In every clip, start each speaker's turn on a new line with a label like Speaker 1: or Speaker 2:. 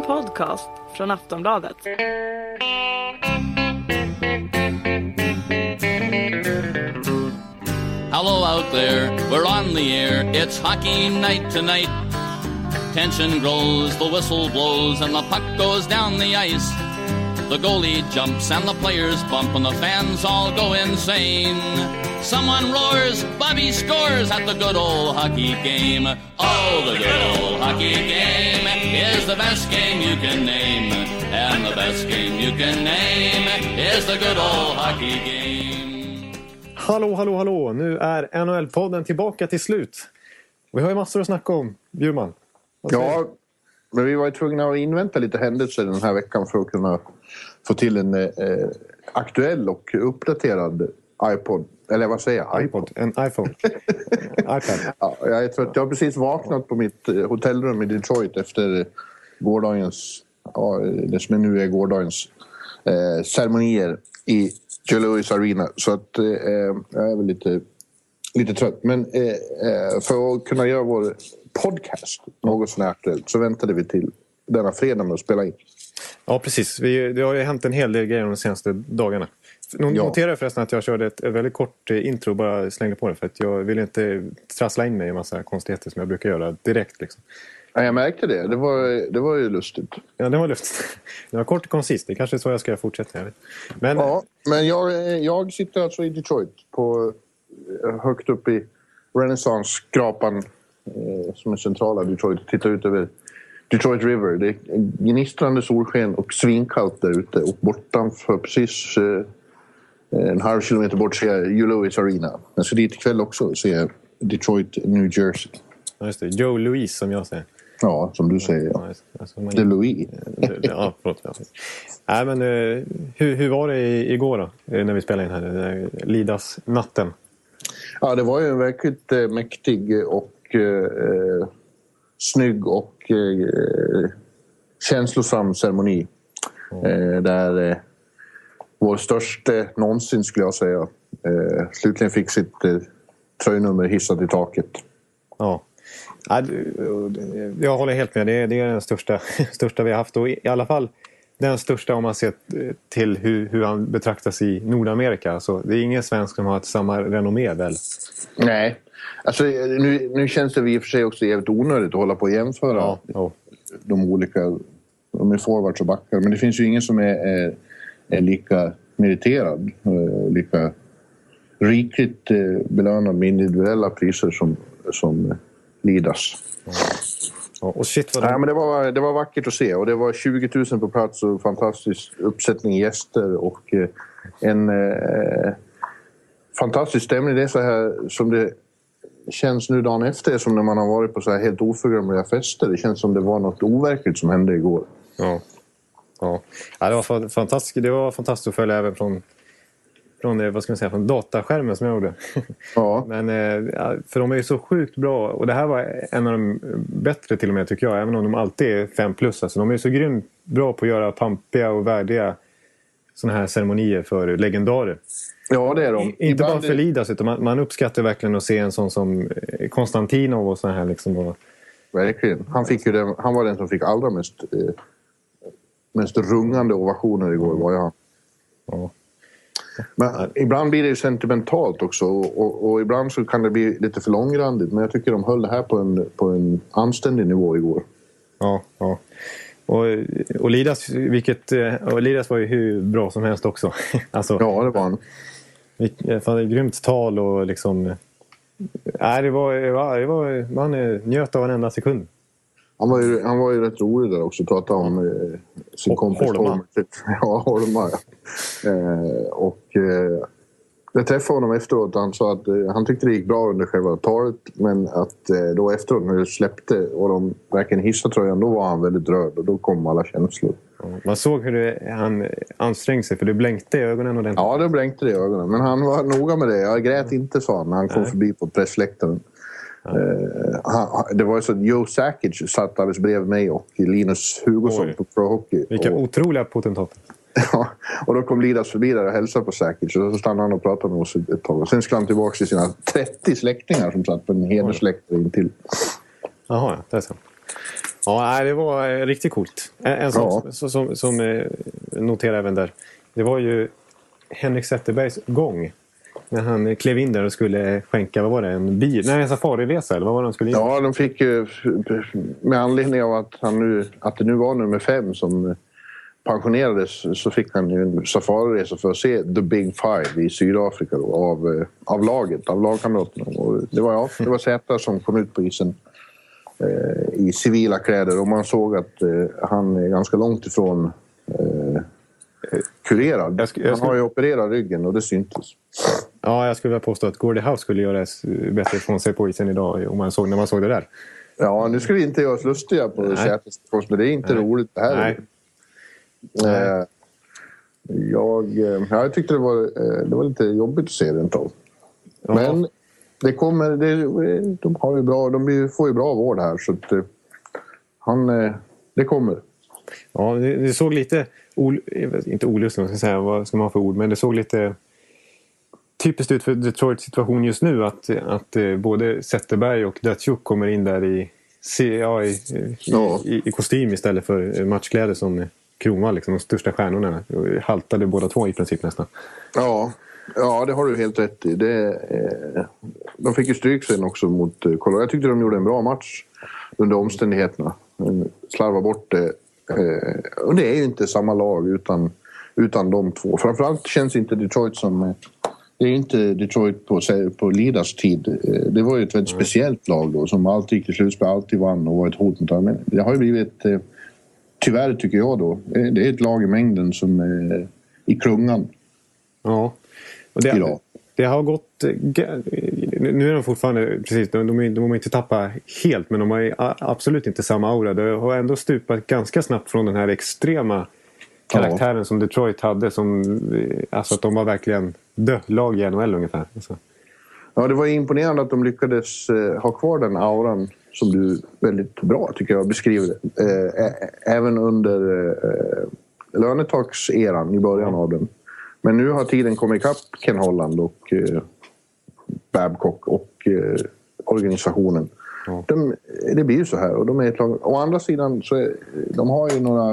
Speaker 1: podcast från Aftonbladet.
Speaker 2: Hello out there, we're on the air, it's hockey night tonight. Tension grows, the whistle blows, and the puck goes down the ice. The goalie jumps and the players bump and the fans all go insane. Someone roars, Bobby scores at the good old hockey game. Oh, the good old hockey game is the best game you can name. And the best game you can name is the good old hockey game.
Speaker 3: Hallå, nu är NHL-podden tillbaka till slut. Vi har ju massor att snacka om, Bjurman.
Speaker 4: Ja, men vi var ju tvungna att invänta lite händelser den här veckan för att kunna få till en aktuell och uppdaterad iPod. Eller vad säger jag?
Speaker 3: iPod. En iPhone. iPad.
Speaker 4: Ja, jag är trött. Jag har precis vaknat på mitt hotellrum i Detroit efter gårdagens, det som nu är gårdagens ceremonier i Joe Louis Arena. Så att jag är väl lite trött. Men för att kunna göra vår podcast något sånt här aktuellt så väntade vi till denna fredag med att spela in.
Speaker 3: Ja, precis. Det har ju hänt en hel del grejer de senaste dagarna. Notera förresten att jag körde ett väldigt kort intro, bara slängde på det för att jag ville inte trassla in mig i en massa konstigheter som jag brukar göra direkt liksom.
Speaker 4: Ja, jag märkte det. Det var ju lustigt.
Speaker 3: Ja, det var lustigt. Det var kort och koncist. Det är kanske så jag ska fortsätta. Men
Speaker 4: jag sitter alltså i Detroit på högt upp i Renaissance-skrapan som är centrala Detroit. Tittar ut över Detroit River. Det är gnistrande solsken och svinkallt där ute. Och bortanför precis en halv kilometer bort ser jag Joe Louis Arena. Jag ska dit ikväll också se Detroit, New Jersey.
Speaker 3: Ja, just det. Joe Louis som jag säger.
Speaker 4: Ja, som du säger. Ja.
Speaker 3: Alltså,
Speaker 4: det är Louis.
Speaker 3: Ja, förlåt. Ja. Nej, men hur var det igår då? När vi spelade in här? Lidas natten. Ja,
Speaker 4: det var ju en verkligt mäktig och snygg och känslosam ceremoni. Där vår största någonsin skulle jag säga slutligen fick sitt tröjnummer hissat i taket.
Speaker 3: Ja. Jag håller helt med. Det är den största vi har haft. Och i alla fall den största om man ser till hur han betraktas i Nordamerika. Alltså, det är ingen svensk som har ett samma renommé väl?
Speaker 4: Nej. Alltså, nu känns det i och för sig också jävligt onödigt att hålla på och jämföra de olika. De är forwards och backar. Men det finns ju ingen som är lika meriterad. Lika rikligt belönad med individuella priser som Lidas.
Speaker 3: Och shit vad
Speaker 4: men det var vackert att se. Och det var 20 000 på plats och fantastisk uppsättning gäster. Och en fantastisk stämning. Det är så här som det känns nu dagen efter. Som när man har varit på så här helt oförglömliga fester. Det känns som det var något overkligt som hände igår.
Speaker 3: Ja, det var fantastiskt. Det var fantastiskt att följa även från vad ska man säga, från dataskärmen som jag gjorde.
Speaker 4: Ja.
Speaker 3: Men för de är ju så sjukt bra. Och det här var en av de bättre till och med tycker jag. Även om de alltid är 5+. Alltså, de är ju så grymt bra på att göra pampiga och värdiga såna här ceremonier för legendarer.
Speaker 4: Ja, det är de.
Speaker 3: Inte ibland bara för Lidas, utan man uppskattar verkligen att se en sån som Konstantinov och såna här liksom. Och...
Speaker 4: Verkligen. Han var den som fick allra mest rungande ovationer igår, var jag.
Speaker 3: Ja.
Speaker 4: Men ibland blir det ju sentimentalt också och ibland så kan det bli lite för långrandigt, men jag tycker de höll det här på en anständig nivå igår.
Speaker 3: Ja. Och Lidas var ju hur bra som helst också. Alltså,
Speaker 4: ja, det var han.
Speaker 3: Fan, grymt tal och liksom det var man njöt av en enda sekund.
Speaker 4: Han var ju rätt rolig där också. Pratade om sin kompis Holma. Ja, Holma. Jag träffade honom efteråt. Han sa att han tyckte det gick bra under själva talet. Men att då efteråt när det släppte och de verkligen hissade tröjan, då var han väldigt rörd. Och då kom alla känslor.
Speaker 3: Man såg hur han ansträngde sig, för det blänkte i ögonen ordentligt.
Speaker 4: Ja, det blänkte i ögonen. Men han var noga med det. Jag grät inte, sa han, när han kom förbi på pressläktaren. Det var ju så att Joe Sakic satt alldeles bredvid mig och Linus Hugosson på Pro Hockey.
Speaker 3: Vilka otroliga potentater.
Speaker 4: Ja, och då kom Lidas förbi där och hälsade på Sakic. Och så stannade han och pratade med oss ett tag. Och sen skulle han tillbaka till sina 30 släktingar som satt på en hedersläktare intill.
Speaker 3: Jaha, det är så. Ja, det var riktigt coolt. En sak som noterar även där. Det var ju Henrik Zetterbergs gång. När han klev in där och skulle skänka, vad var det, en bil? Nej, en safariresa, eller vad var det han skulle in?
Speaker 4: Ja, de fick ju, med anledning av att det nu var nummer 5 som pensionerades, så fick han ju en safariresa för att se The Big Five i Sydafrika då, av laget, av lagkamraterna. Och det var Zäta som kom ut på isen i civila kläder, och man såg att han är ganska långt ifrån kurerad. Han har ju opererat ryggen och det syntes.
Speaker 3: Ja, jag skulle vilja påstå att Gordie Howe skulle göra bättre från sig på isen idag när man såg det där.
Speaker 4: Ja, nu ska vi inte göra oss lustiga på Zätas, men det är inte roligt det här.
Speaker 3: Nej.
Speaker 4: Jag tyckte det var lite jobbigt att se rent av. Ja. Men det kommer, de har ju bra, får ju bra vård här, så att det kommer.
Speaker 3: Ja, det såg lite inte olustigt, vad ska man ha för ord, men det såg lite typiskt ut för Detroits situation just nu att både Zetterberg och Datsjuk kommer in där i kostym istället för matchkläder som Kronwall, liksom de största stjärnorna. Haltade båda två i princip nästan.
Speaker 4: Ja, det har du helt rätt i. De fick ju stryk sen också mot Colorado. Jag tyckte de gjorde en bra match under omständigheterna. Slarva bort det. Och det är ju inte samma lag utan de två. Framförallt känns inte Detroit som... Det är inte Detroit på Lidas tid. Det var ju ett väldigt speciellt lag då, som alltid gick till slutspel, alltid vann och var ett hot mot armén. Det har ju blivit, tyvärr tycker jag då, det är ett lag i mängden som är i klungan. Ja, och
Speaker 3: det har gått... Nu är de fortfarande, precis, de har inte tappat helt, men de har absolut inte samma aura. Det har ändå stupat ganska snabbt från den här extrema karaktären som Detroit hade, alltså att de var verkligen lag i NHL ungefär. Alltså.
Speaker 4: Ja, det var imponerande att de lyckades ha kvar den auran som du väldigt bra tycker jag beskriver det. Även under lönetakseran i början av den. Men nu har tiden kommit ikapp Ken Holland och Babcock och organisationen. Ja. Det blir ju så här, och de är ett lag. Å andra sidan så de har ju några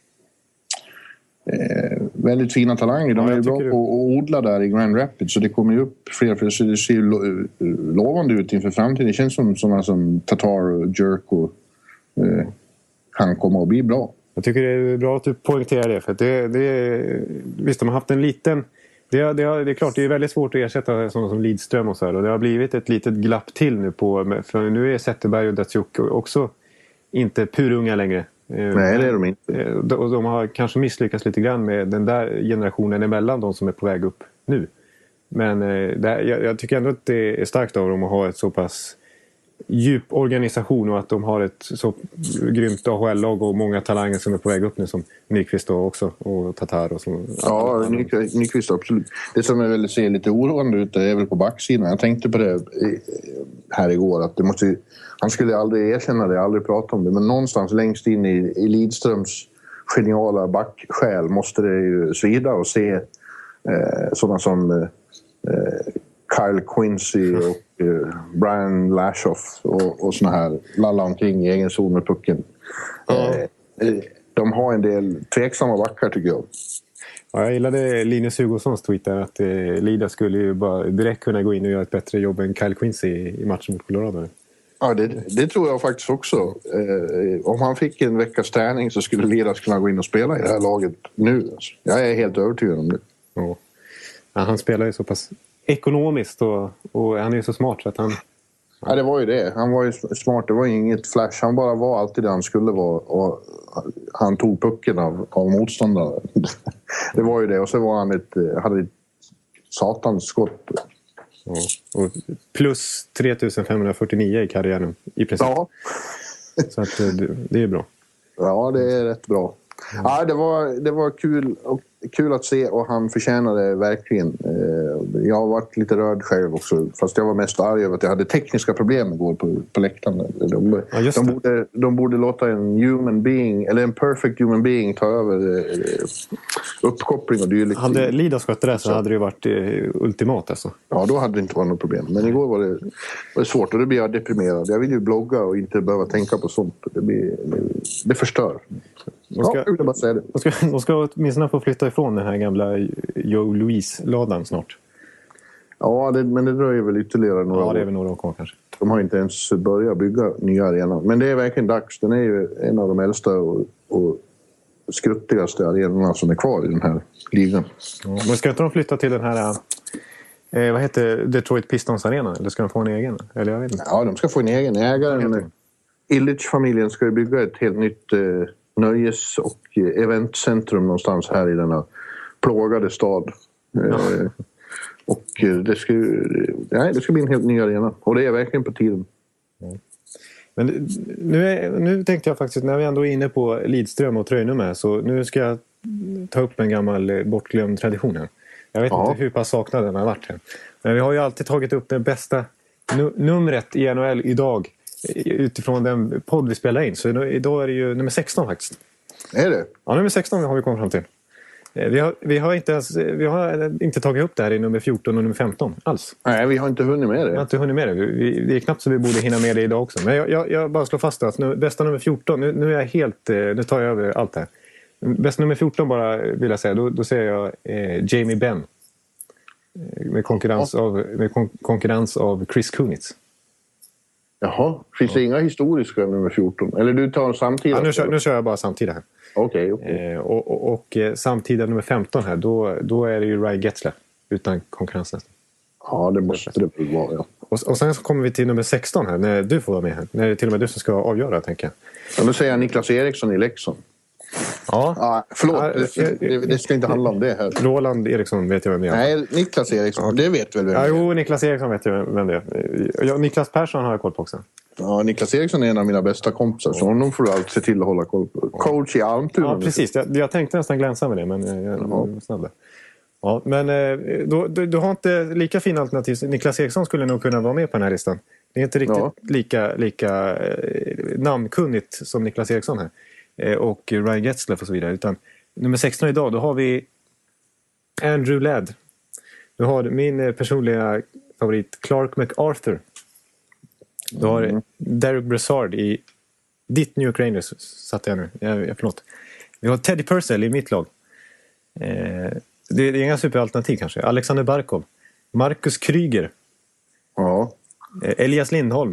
Speaker 4: väldigt fina talanger. De är ju bra på att odla där i Grand Rapids, så det kommer ju upp fler, så det ser ju lovande ut inför framtiden. Det känns som sådana som Tatar och Jerko kan komma att bli bra.
Speaker 3: Jag tycker det är bra att du poängterar det, för att visst, de har haft en liten... Det är klart, det är väldigt svårt att ersätta sådana som Lidström och så här, och det har blivit ett litet glapp till nu för nu är Zetterberg och Datsjuk också inte purunga längre.
Speaker 4: Nej, det är de inte.
Speaker 3: Och de har kanske misslyckats lite grann med den där generationen emellan de som är på väg upp nu. Men jag tycker ändå att det är starkt av dem att ha ett så pass djup organisation, och att de har ett så grymt AHL-lag och många talanger som är på väg upp nu, som Nyqvist också, och Tatar och så.
Speaker 4: Ja, Nyqvist absolut. Det som jag väl ser lite oroande ut är väl på backsidan. Jag tänkte på det här igår, att han skulle aldrig erkänna det, aldrig prata om det, men någonstans längst in i Lidströms geniala backsjäl måste det ju svida och se sådana som Kyle Quincy och Brian Lashoff och såna här lalla omkring i egen zon med pucken. De har en del tveksamma backar tycker jag.
Speaker 3: Ja, jag gillade Linus Hugossons tweet där, att Lida skulle ju bara direkt kunna gå in och göra ett bättre jobb än Kyle Quincy i matchen mot Colorado.
Speaker 4: Ja, det tror jag faktiskt också. Om han fick en veckas träning så skulle Lidas kunna gå in och spela i det här laget nu. Jag är helt övertygad om det.
Speaker 3: Ja, han spelar ju så pass ekonomiskt och han är ju så smart så att han...
Speaker 4: Ja, det var ju det. Han var ju smart. Det var ju inget flash. Han bara var alltid det han skulle vara. Och han tog pucken av motståndare. Det var ju det. Och så var han hade ett satans skott.
Speaker 3: Ja. Och plus 3549 i karriären i princip.
Speaker 4: Ja.
Speaker 3: Så att det är bra.
Speaker 4: Ja, det är rätt bra. Ja, det var kul. Och kul att se och han förtjänade verkligen. Jag har varit lite rörd själv också. Fast jag var mest arg över att jag hade tekniska problem igår på läktaren. De borde låta en human being, eller en perfect human being, ta över uppkoppling och dylikt.
Speaker 3: Hade Lidas skött det så hade det ju varit ultimat alltså. Ja,
Speaker 4: då hade det inte varit något problem. Men igår var det svårt och då blir jag deprimerad. Jag vill ju blogga och inte behöva tänka på sånt. Det förstör.
Speaker 3: De ska åtminstone få flytta ifrån den här gamla Joe Louise-ladan snart.
Speaker 4: Ja, men det dröjer väl ytterligare några år.
Speaker 3: Ja, det är väl några år kvar kanske.
Speaker 4: De har inte ens börjat bygga nya arenor. Men det är verkligen dags. Den är ju en av de äldsta och skruttigaste arenorna som är kvar i den här ligan.
Speaker 3: Ja, men ska inte de flytta till den här... vad heter Detroit Pistons arena? Eller ska de få en egen? Eller jag vet inte.
Speaker 4: Ja, de ska få en egen. Ägaren Illich-familjen ska bygga ett helt nytt nöjes- och eventcentrum någonstans här i denna plågade stad. Ja. Och det ska bli en helt ny arena. Och det är verkligen på tiden.
Speaker 3: Mm. Men nu tänkte jag faktiskt, när vi ändå är inne på Lidström och tröjnummer, så nu ska jag ta upp en gammal bortglömd tradition här. Jag vet inte hur pass saknad den har varit här. Men vi har ju alltid tagit upp det bästa numret i NHL idag utifrån den podd vi spelar in. Så idag är det ju nummer 16 faktiskt.
Speaker 4: Är det?
Speaker 3: Ja, nummer 16 har vi kommit fram till. Vi har inte tagit upp det här i nummer 14 och nummer 15 alls.
Speaker 4: Nej, vi har inte hunnit med det.
Speaker 3: Vi har inte hunnit med det. Det är knappt så vi borde hinna med det idag också. Men jag bara slår fast att bästa nummer 14, nu är jag helt, nu tar jag över allt här. Bästa nummer 14 bara vill jag säga, då säger jag Jamie Benn. Med konkurrens av Chris Kunitz.
Speaker 4: Jaha, finns det inga historiska nummer 14? Eller du tar samtida?
Speaker 3: Ja, nu kör jag bara samtida här.
Speaker 4: Okej.
Speaker 3: Och samtida nummer 15 här, då är det ju Ryan Getzlaf utan konkurrens nästan.
Speaker 4: Ja, det måste det väl vara, ja.
Speaker 3: Och sen så kommer vi till nummer 16 här, när du får vara med här. När det är till och med du som ska avgöra, tänker jag.
Speaker 4: Ja, då säger jag Niklas Eriksson i Leksand.
Speaker 3: Ja.
Speaker 4: Förlåt, det ska inte handla om det här.
Speaker 3: Roland Eriksson vet jag vem det är.
Speaker 4: Nej, Niklas Eriksson, det vet väl vem det är.
Speaker 3: Jo, Niklas Eriksson vet jag vem det är. Niklas Persson har jag koll på också.
Speaker 4: Ja, Niklas Eriksson är en av mina bästa kompisar, så honom får du alltid se till att hålla koll på. Coach i Almtuna.
Speaker 3: Ja, precis. Jag tänkte nästan glänsa med det, men jag var snabb där. Ja, men du har inte lika fina alternativ. Niklas Eriksson skulle nog kunna vara med på den här listan. Det är inte riktigt lika namnkunnigt som Niklas Eriksson här. Och Ryan Getzlaf och så vidare. Utan nummer 16 idag, då har vi Andrew Ladd. Du har min personliga favorit Clark MacArthur. Du har Derek Brassard i ditt New York Rangers, satte jag nu. Förlåt. Vi har Teddy Purcell i mitt lag. Det är inga superalternativ kanske. Alexander Barkov. Marcus Kryger.
Speaker 4: Ja.
Speaker 3: Elias Lindholm.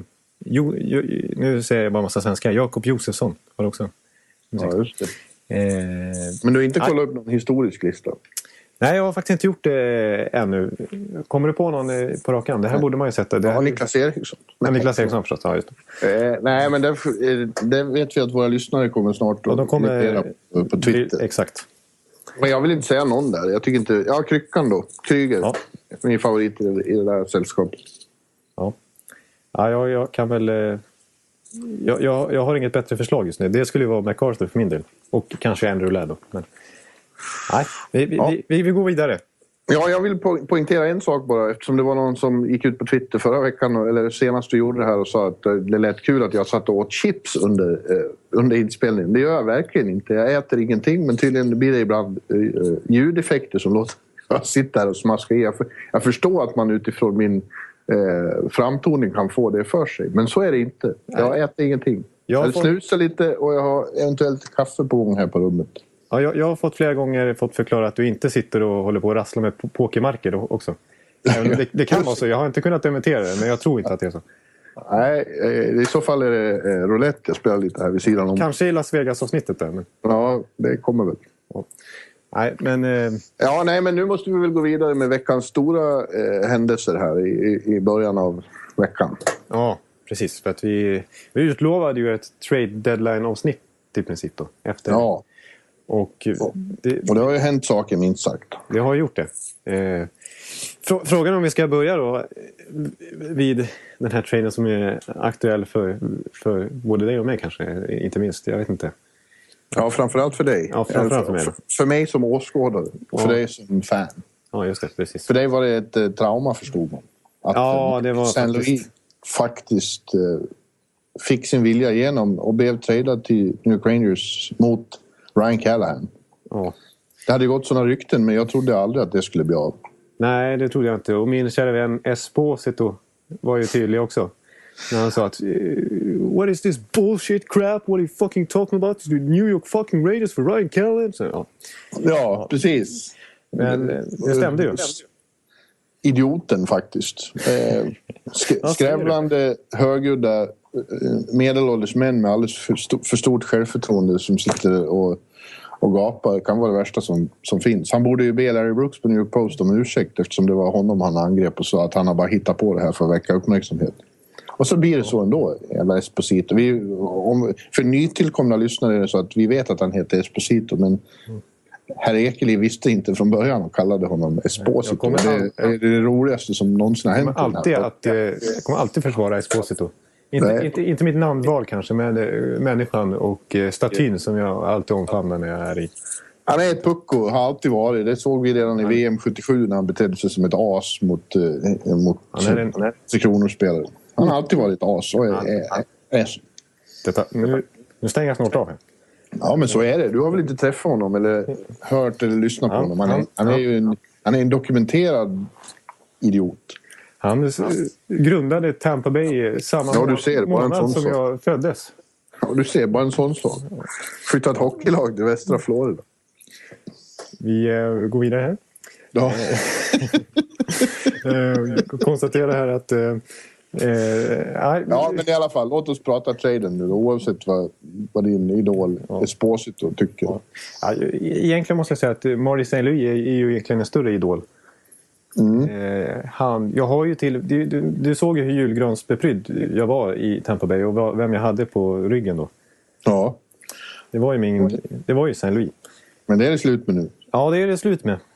Speaker 3: Nu säger jag bara massa svenska. Jakob Josefsson har också.
Speaker 4: Ja, just det. Men du har inte kollat upp någon historisk lista?
Speaker 3: Nej, jag har faktiskt inte gjort det ännu. Kommer du på någon på rakan? Det här borde man ju sätta.
Speaker 4: Ja, Niklas Eriksson.
Speaker 3: Niklas Eriksson förstås, ja just
Speaker 4: det. Nej, men det vet vi att våra lyssnare kommer snart
Speaker 3: att de kommer
Speaker 4: på Twitter.
Speaker 3: Exakt.
Speaker 4: Men jag vill inte säga någon där. Jag tycker inte... Ja, Kryckan då. Kryger. Ja. Min favorit i det där sällskapet.
Speaker 3: Ja, jag kan väl... Jag har inget bättre förslag just nu. Det skulle ju vara MacArthur för min del. Och kanske Andrew Ladd. Men... Nej, vi går vidare.
Speaker 4: Ja, jag vill poängtera en sak bara. Eftersom det var någon som gick ut på Twitter förra veckan, eller senast du gjorde det här, och sa att det lät kul att jag satt och åt chips under inspelningen. Det gör jag verkligen inte. Jag äter ingenting, men tydligen blir det ibland ljudeffekter som låter jag sitta här och smaska i. Jag förstår att man utifrån min framtoning kan få det för sig. Men så är det inte. Jag äter ingenting. Jag snusar lite och jag har eventuellt kaffe på gång här på rummet.
Speaker 3: Ja, jag har fått flera gånger fått förklara att du inte sitter och håller på att rassla med pokermarker också. Det kan vara så. Jag har inte kunnat dementera det, men jag tror inte att det är så. Nej,
Speaker 4: i så fall är det roulette jag spelar lite här vid sidan om.
Speaker 3: Kanske i Las Vegas-avsnittet där. Men...
Speaker 4: Ja, det kommer väl.
Speaker 3: Ja. Nej, men...
Speaker 4: men nu måste vi väl gå vidare med veckans stora händelser här i början av veckan.
Speaker 3: Ja, precis. För att vi utlovade ju ett trade deadline-avsnitt i princip då. Efter...
Speaker 4: Ja.
Speaker 3: Och
Speaker 4: det har ju hänt saker, minst sagt.
Speaker 3: Det har gjort det. Frågan om vi ska börja då vid den här traden som är aktuell för både dig och mig kanske, inte minst. Jag vet inte.
Speaker 4: Ja, framförallt för dig.
Speaker 3: Ja, framförallt för mig.
Speaker 4: För mig som åskådare och för dig som fan.
Speaker 3: Ja, just det, precis.
Speaker 4: För dig var det ett trauma, förstod man. Att
Speaker 3: det var
Speaker 4: St. Louis faktiskt fick sin vilja igenom och blev tradad till New York Rangers mot Ryan Callahan.
Speaker 3: Ja.
Speaker 4: Det hade gått sådana rykten, men jag trodde aldrig att det skulle bli av.
Speaker 3: Nej, det trodde jag inte. Och min kära vän Esposito var ju tydlig också. När han sa att what is this bullshit crap? What are you fucking talking about? The New York fucking Raiders for Ryan Callahan? Så,
Speaker 4: ja, precis.
Speaker 3: Men det stämde ju.
Speaker 4: Idioten faktiskt. Skrävlande, högljudda medelålders män med alldeles för stort självförtroende som sitter och gapar. Kan vara det värsta som finns. Han borde ju be Larry Brooks på New York Post om ursäkt eftersom det var honom han angrep och sa att han har bara hittat på det här för att väcka uppmärksamhet. Och så blir det så ändå, jävla Esposito. För nytillkomna lyssnare är det så att vi vet att han heter Esposito, men herr Ekeli visste inte från början och kallade honom Esposito. Det är det roligaste som någonsin har hänt.
Speaker 3: Jag kommer alltid försvara Esposito. Inte mitt namnval kanske, men människan och statyn som jag alltid omfamnar när jag är i.
Speaker 4: Han är ett pucko, har alltid varit. Det såg vi redan i VM 77 när han betedde sig som ett as mot kronorspelare. Han har alltid varit ett as och
Speaker 3: nu stänger jag snart av här.
Speaker 4: Ja, men så är det. Du har väl inte träffat honom eller hört eller lyssnat på honom. Han är ju en dokumenterad idiot.
Speaker 3: Han grundade Tampa Bay samma månad som jag föddes.
Speaker 4: Ja, du ser, bara en sån sak. Flyttat ett hockeylag till västra Florida.
Speaker 3: Vi går vidare här.
Speaker 4: Ja.
Speaker 3: Konstatera här att
Speaker 4: ja, men i alla fall, låt oss prata traden nu oavsett vad din idol Esposito tycker.
Speaker 3: Ja, egentligen måste jag säga att Marty St. Louis är ju egentligen en större idol. Jag har ju du såg ju hur julgransbeprydd jag var i Tampa Bay och vem jag hade på ryggen då.
Speaker 4: Ja.
Speaker 3: Det var ju St. Louis.
Speaker 4: Men det är det slut med nu.
Speaker 3: Ja, det är det slut med.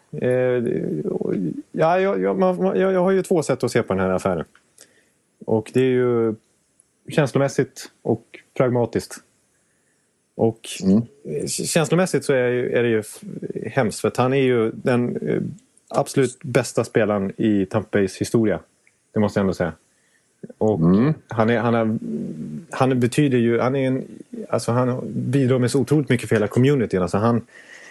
Speaker 3: Jag har ju två sätt att se på den här affären. Och det är ju känslomässigt och pragmatiskt. Och känslomässigt så är det ju hemskt för att han är ju den absolut bästa spelaren i Tampa Bays historia. Det måste jag ändå säga. Och han betyder ju han bidrar med så otroligt mycket för hela communityn. Alltså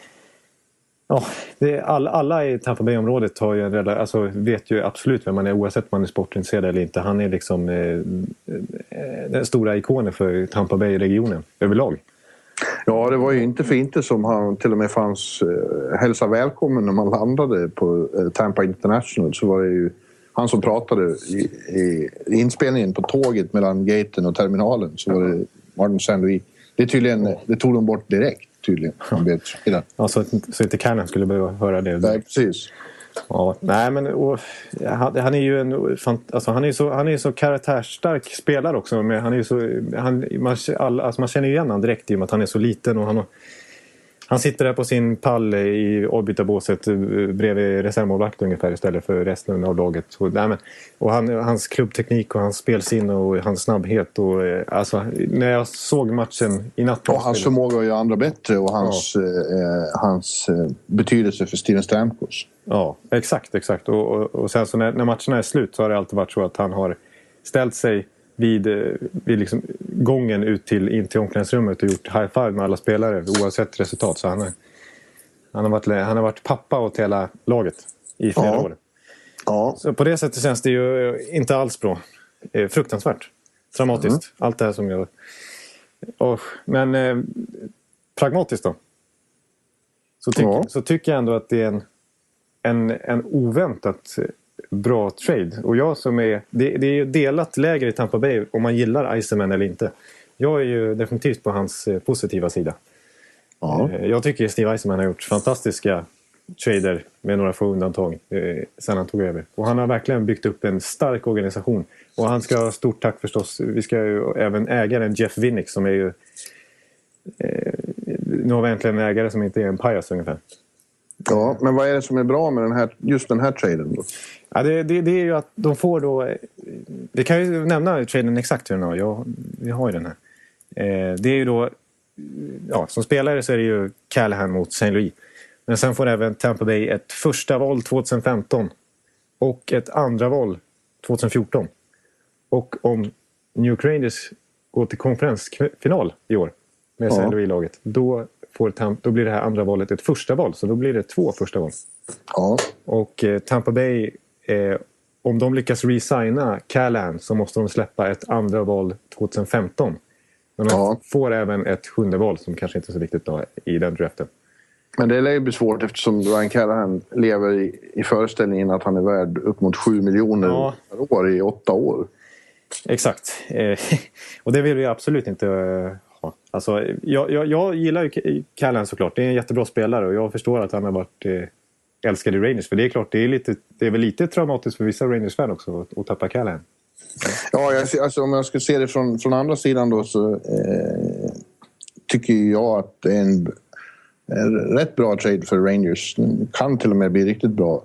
Speaker 3: alla i Tampa Bay-området har ju vet ju absolut vem man är oavsett om man är sportintresserad eller inte. Han är liksom den stora ikonen för Tampa Bay-regionen överlag.
Speaker 4: Ja, det var ju inte för inte som han till och med fanns hälsa välkommen när man landade på Tampa International, så var det ju han som pratade i inspelningen på tåget mellan gaten och terminalen, så var det Martin St. Louis. Det tog de bort direkt tydligen.
Speaker 3: Ja, så inte Cannon skulle behöva höra det.
Speaker 4: Nej, precis.
Speaker 3: Ja, nej men han är ju han är så karaktärsstark spelare också, men han är ju så man känner ju igen han direkt i och med att han är så liten och han sitter där på sin pall i avbytarbåset bredvid reservmålvakt ungefär istället för resten av laget. Och hans klubbteknik och hans spelsinne och hans snabbhet och när jag såg matchen i natt.
Speaker 4: Och hans förmåga att göra andra bättre och hans betydelse för Steven Stamkos.
Speaker 3: Ja, exakt. Och sen så när matcherna är slut så har det alltid varit så att han har ställt sig vid liksom gången in till omklädningsrummet och gjort high-five med alla spelare oavsett resultat. Så han har varit pappa åt hela laget i flera år. Ja. Så på det sättet känns det ju inte alls bra. Fruktansvärt. Dramatiskt. Allt det här som jag... Men pragmatiskt då. Så tycker jag ändå att det är en oväntat bra trade. Och jag som det är ju delat läger i Tampa Bay om man gillar Iceman eller inte. Jag är ju definitivt på hans positiva sida. Ja. Jag tycker Steve Yzerman har gjort fantastiska trader med några få undantag sen han tog över. Och han har verkligen byggt upp en stark organisation. Och han ska ha stort tack förstås. Vi ska ju även ägaren Jeff Winnick som är ju nu har vi äntligen en ägare som inte är en pajas ungefär.
Speaker 4: Ja, men vad är det som är bra med just den här traden då?
Speaker 3: Ja, det är ju att de får då... Det kan ju nämna traden exakt hur den har. Vi har ju den här. Det är ju då som spelare så är det ju Callahan mot St. Louis. Men sen får även Tampa Bay ett första val 2015 och ett andra val 2014. Och om New York Rangers går till konferensfinal i år med St. Louis-laget, då blir det här andra valet ett första val. Så då blir det 2 första val.
Speaker 4: Ja.
Speaker 3: Och Tampa Bay, om de lyckas resigna Callahan så måste de släppa ett andra val 2015. Men de får även ett 7:e val som kanske inte är så viktigt då i den draften.
Speaker 4: Men det lär ju bli svårt eftersom Ryan Callahan lever i föreställningen att han är värd upp mot 7 miljoner per år i 8 år.
Speaker 3: Exakt. Och det vill vi absolut inte ha. Alltså, jag gillar ju Callahan såklart. Det är en jättebra spelare och jag förstår att han har varit älskad i Rangers. För det är klart, det är väl lite traumatiskt för vissa Rangers-fan också att tappa Callahan.
Speaker 4: Ja, alltså, om jag ska se det från andra sidan då så tycker jag att det är en rätt bra trade för Rangers. Den kan till och med bli riktigt bra.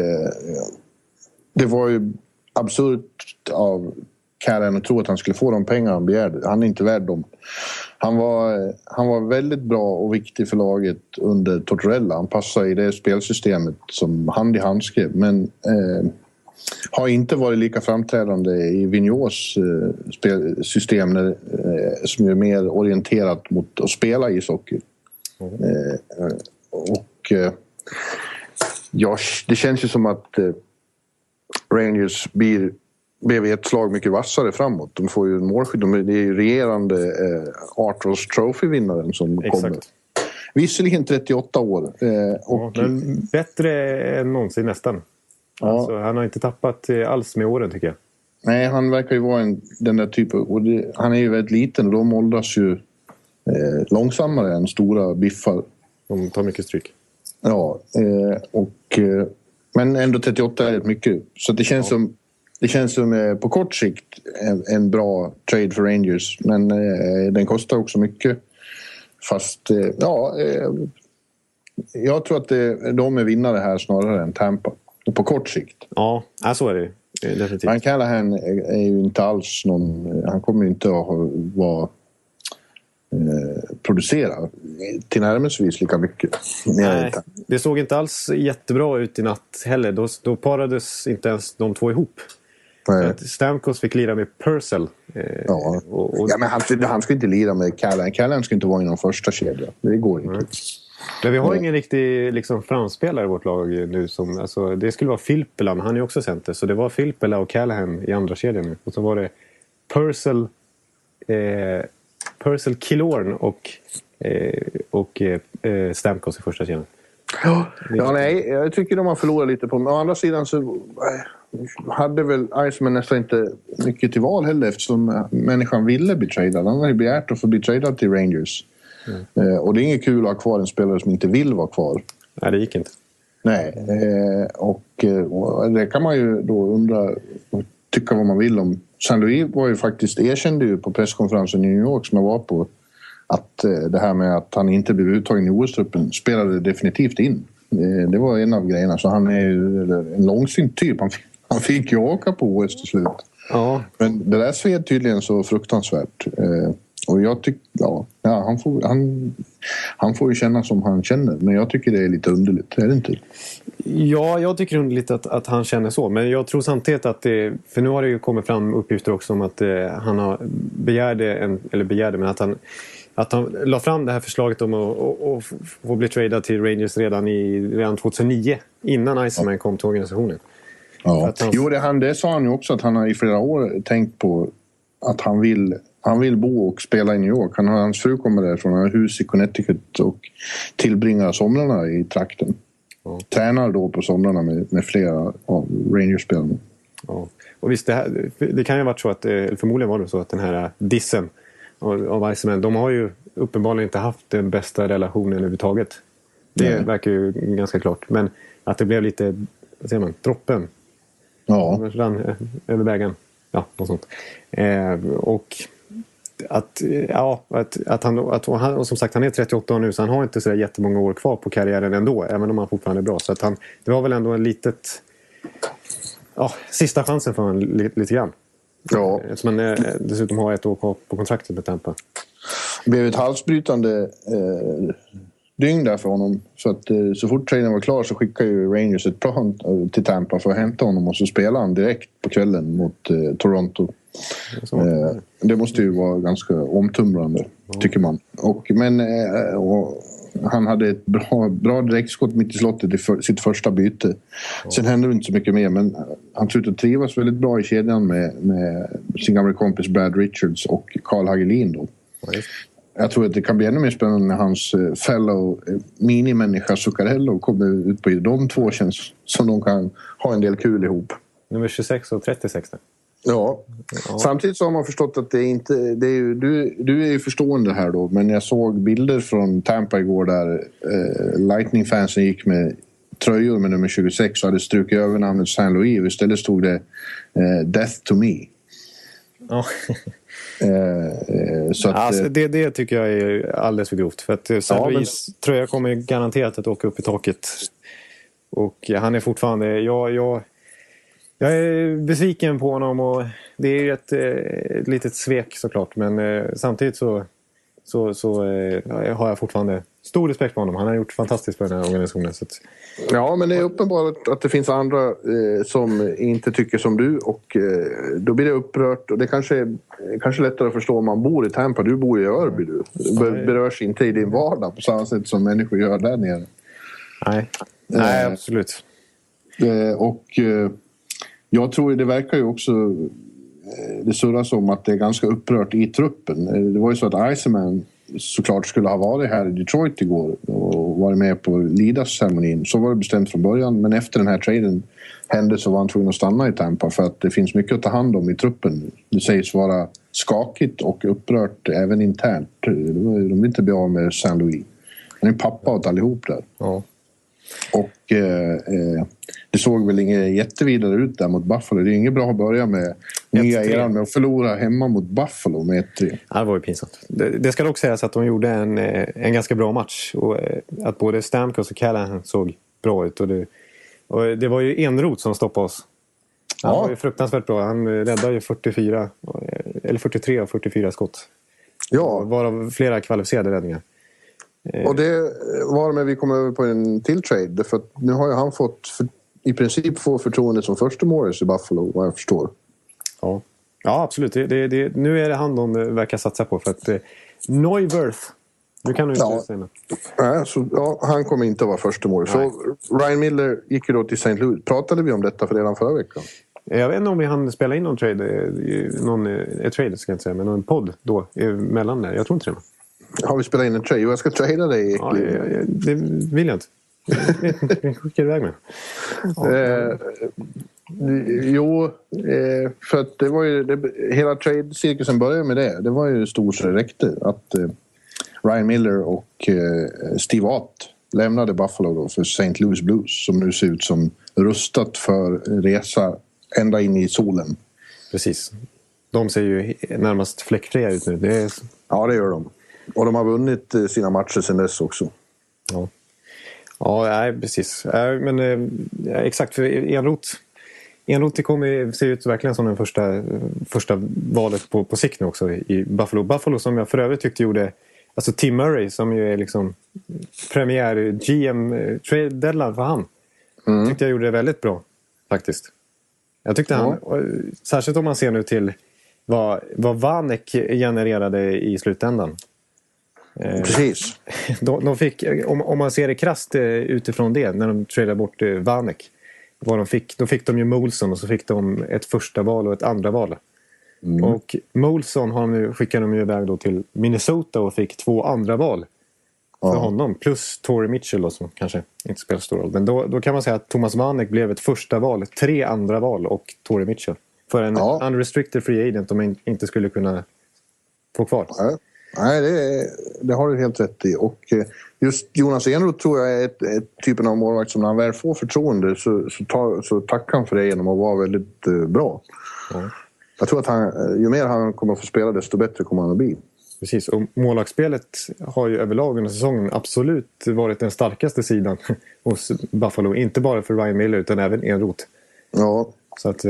Speaker 4: Det var ju absurt av Callahan att tro att han skulle få de pengar han begärde. Han är inte värd dem. Han var väldigt bra och viktig för laget under Tortorella. Han passade i det spelsystemet som hand i handske. Men har inte varit lika framträdande i Vigneaults spelsystem som är mer orienterat mot att spela ishockey. Det känns ju som att Rangers blev ett slag mycket vassare framåt. De får ju en målskydd. Det är ju regerande Arthurs Trophy-vinnaren som kommer. Visserligen 38 år.
Speaker 3: Men bättre än någonsin nästan. Ja. Alltså, han har inte tappat alls med åren tycker jag.
Speaker 4: Nej, han verkar ju vara den där typen. Han är ju väldigt liten och de åldras ju långsammare än stora biffar.
Speaker 3: De tar mycket stryk.
Speaker 4: Ja, men ändå 38 är rätt mycket. Så det känns som på kort sikt en bra trade för Rangers. Men den kostar också mycket. Fast jag tror att de är vinnare här snarare än Tampa. På kort sikt.
Speaker 3: Ja, så är det definitivt.
Speaker 4: Han Callahan är ju inte alls någon... Han kommer ju inte att vara... producera till närmast lika mycket.
Speaker 3: Nej, det såg inte alls jättebra ut i natt heller. Då parades inte ens de två ihop. Stamkos fick lira med Purcell.
Speaker 4: Men han ska inte lira med Callahan. Callahan ska inte vara i någon första kedja. Det går inte.
Speaker 3: Men vi har ingen riktig framspelare i vårt lag nu. Det skulle vara Filppela, han är ju också center. Så det var Filppela och Callahan i andra kedjan nu. Och så var det Purcell, Killorn och Stamkos i första kedjan.
Speaker 4: Jag tycker de har förlorat lite på. Men å andra sidan så hade väl Iceman nästan inte mycket till val heller eftersom människan ville bli tradad. Han hade begärt att få bli tradad till Rangers. Och det är inget kul att ha kvar en spelare som inte vill vara kvar.
Speaker 3: Nej, det gick inte.
Speaker 4: Nej, och det kan man ju då undra och tycka vad man vill om. St. Louis var ju faktiskt erkände ju på presskonferensen i New York som jag var på att det här med att han inte blev uttagen i OS-truppen spelade definitivt in. Det var en av grejerna. Så han är ju en långsint typ. Han fick ju åka på OS till slut.
Speaker 3: Ja.
Speaker 4: Men det där sved tydligen så fruktansvärt. Och jag tycker, han får ju känna som han känner. Men jag tycker det är lite underligt, är det inte?
Speaker 3: Ja, jag tycker underligt att han känner så. Men jag tror samtidigt att för nu har det ju kommit fram uppgifter också om att han begärde, men att han la fram det här förslaget om att få bli tradad till Rangers redan 2009, innan Iceman kom till organisationen.
Speaker 4: Ja. Det sa han ju också att han har i flera år tänkt på att han vill bo och spela i New York. Hans fru kommer därifrån, han har hus i Connecticut och tillbringar somrarna i trakten. Ja. Tränar då på somrarna med flera av Rangers-spelarna.
Speaker 3: Ja. Och visst, det kan ju ha varit så att, förmodligen var det så att den här dissen av Iceman, de har ju uppenbarligen inte haft den bästa relationen överhuvudtaget. Det verkar ju ganska klart. Men att det blev lite, vad säger man, droppen.
Speaker 4: Ja.
Speaker 3: Rann över vägen. Ja, något sånt. Och att han och som sagt, han är 38 år nu, så han har inte så jättemånga år kvar på karriären ändå, även om han fortfarande är bra. Så att det var väl ändå en sista chansen för honom lite grann.
Speaker 4: Ja.
Speaker 3: Eftersom man dessutom har ett år kvar på kontraktet med Tampa.
Speaker 4: Det blev ett halsbrytande dygn där för honom. Så att så fort traden var klar så skickade ju Rangers ett plan till Tampa för att hämta honom och så spelade han direkt på kvällen mot Toronto. Det måste ju vara ganska omtumlande, tycker man. Men han hade ett bra direktskott mitt i slottet i sitt första byte. Sen hände det inte så mycket mer, men han tror att trivas väldigt bra i kedjan med sin gamla kompis Brad Richards och Carl Hagelin då. Jag tror att det kan bli ännu mer spännande när hans fellow minimänniska Zuccarello kommer ut på de två, känns som de kan ha en del kul ihop.
Speaker 3: Nummer 26 och 36.
Speaker 4: Ja. Samtidigt så har man förstått att det inte... Det är ju, du är ju förstående här då, men jag såg bilder från Tampa igår där Lightning-fansen gick med tröjor med nummer 26 och hade strukit över namnet St. Louis. Istället stod det Death to me.
Speaker 3: Ja.
Speaker 4: Så att,
Speaker 3: alltså, det tycker jag är alldeles för grovt. För att St. Louis tröja kommer garanterat att åka upp i taket. Och han är fortfarande... Jag är besviken på honom och det är ju ett litet svek såklart. Men samtidigt så har jag fortfarande stor respekt för honom. Han har gjort fantastiskt för den här organisationen. Så att...
Speaker 4: Ja, men det är uppenbart att det finns andra som inte tycker som du och då blir det upprört. Och det kanske är lättare att förstå om man bor i Tampa. Du bor i Örby, du. Berörs inte i din vardag på samma sätt som människor gör där nere.
Speaker 3: Nej, absolut.
Speaker 4: Och jag tror det verkar ju också... Det surras om att det är ganska upprört i truppen. Det var ju så att Eisenman såklart skulle ha varit här i Detroit igår och varit med på Lidas-ceremonin. Så var det bestämt från början, men efter den här traden hände så var han tvungen att stanna i Tampa för att det finns mycket att ta hand om i truppen. Det sägs vara skakigt och upprört även internt. De vill inte bli av med St. Louis. Han är pappa åt allihop där.
Speaker 3: Ja.
Speaker 4: Och det såg väl inget jättevidare ut där mot Buffalo. Det är inget bra att börja med nya eran med att förlora hemma mot Buffalo med 1-3.
Speaker 3: Ja, det var ju pinsamt. Det ska dock sägas att de gjorde en ganska bra match. Och att både Stamkos och Callahan såg bra ut. Och det var ju Enroth som stoppade oss. Han var ju fruktansvärt bra. Han räddade ju 43 av 44 skott.
Speaker 4: Ja.
Speaker 3: Varav flera kvalificerade räddningar.
Speaker 4: Och det var med vi kom över på en till trade. För att nu har ju han fått i princip få förtroende som första målis i Buffalo, vad jag förstår.
Speaker 3: Ja, absolut. Nu är det han de verkar satsa på. För att Neuwirth, nu kan du inte säga något.
Speaker 4: Nej, han kommer inte att vara första målis. Så Ryan Miller gick ju då till St. Louis. Pratade vi om detta redan förra veckan?
Speaker 3: Jag vet inte om vi hann spela in någon trade. Ett trade ska jag inte säga, men någon podd då mellan där. Jag tror inte det.
Speaker 4: Har vi spelat in en trade? Jag ska trada dig.
Speaker 3: Ja, det vill jag inte. Jag skickar iväg med.
Speaker 4: För att det var ju... hela trade-cirkusen började med det. Det var ju stort så det räckte. Att Ryan Miller och Steve Ott lämnade Buffalo då för St. Louis Blues. Som nu ser ut som rustat för resa ända in i solen.
Speaker 3: Precis. De ser ju närmast fläckfria ut nu.
Speaker 4: Ja, det gör de. Och de har vunnit sina matcher sedan dess också.
Speaker 3: Ja, nej, precis. Men exakt, för Enroth ser ut verkligen som den första valet på sikt nu också i Buffalo. Buffalo som jag för övrigt tyckte gjorde... Alltså Tim Murray som ju är liksom premiär GM trade deadline för han. Tyckte jag gjorde det väldigt bra faktiskt. Jag tyckte han, särskilt om man ser nu till vad Vanek genererade i slutändan.
Speaker 4: Precis.
Speaker 3: De fick, om man ser det krasst utifrån det, när de tradade bort Vanek, då fick de ju Molson och så fick de ett första val och ett andra val. Och Molson skickade de ju iväg då till Minnesota och fick 2 andra val för honom, plus Torrey Mitchell då, som kanske inte spelar stor roll. Men då kan man säga att Thomas Vanek blev ett första val, 3 andra val och Torrey Mitchell för en unrestricted free agent de inte skulle kunna få kvar.
Speaker 4: Nej, det har du helt rätt i. Och just Jonas Enroth tror jag är ett typen av målvakt som när han väl får förtroende så tackar han för det genom att vara väldigt bra. Jag tror att ju mer han kommer att få spela desto bättre kommer han att bli.
Speaker 3: Precis, och målvaktsspelet har ju överlag under säsongen absolut varit den starkaste sidan hos Buffalo. Inte bara för Ryan Miller utan även Enroth.
Speaker 4: Ja,
Speaker 3: så att,
Speaker 4: och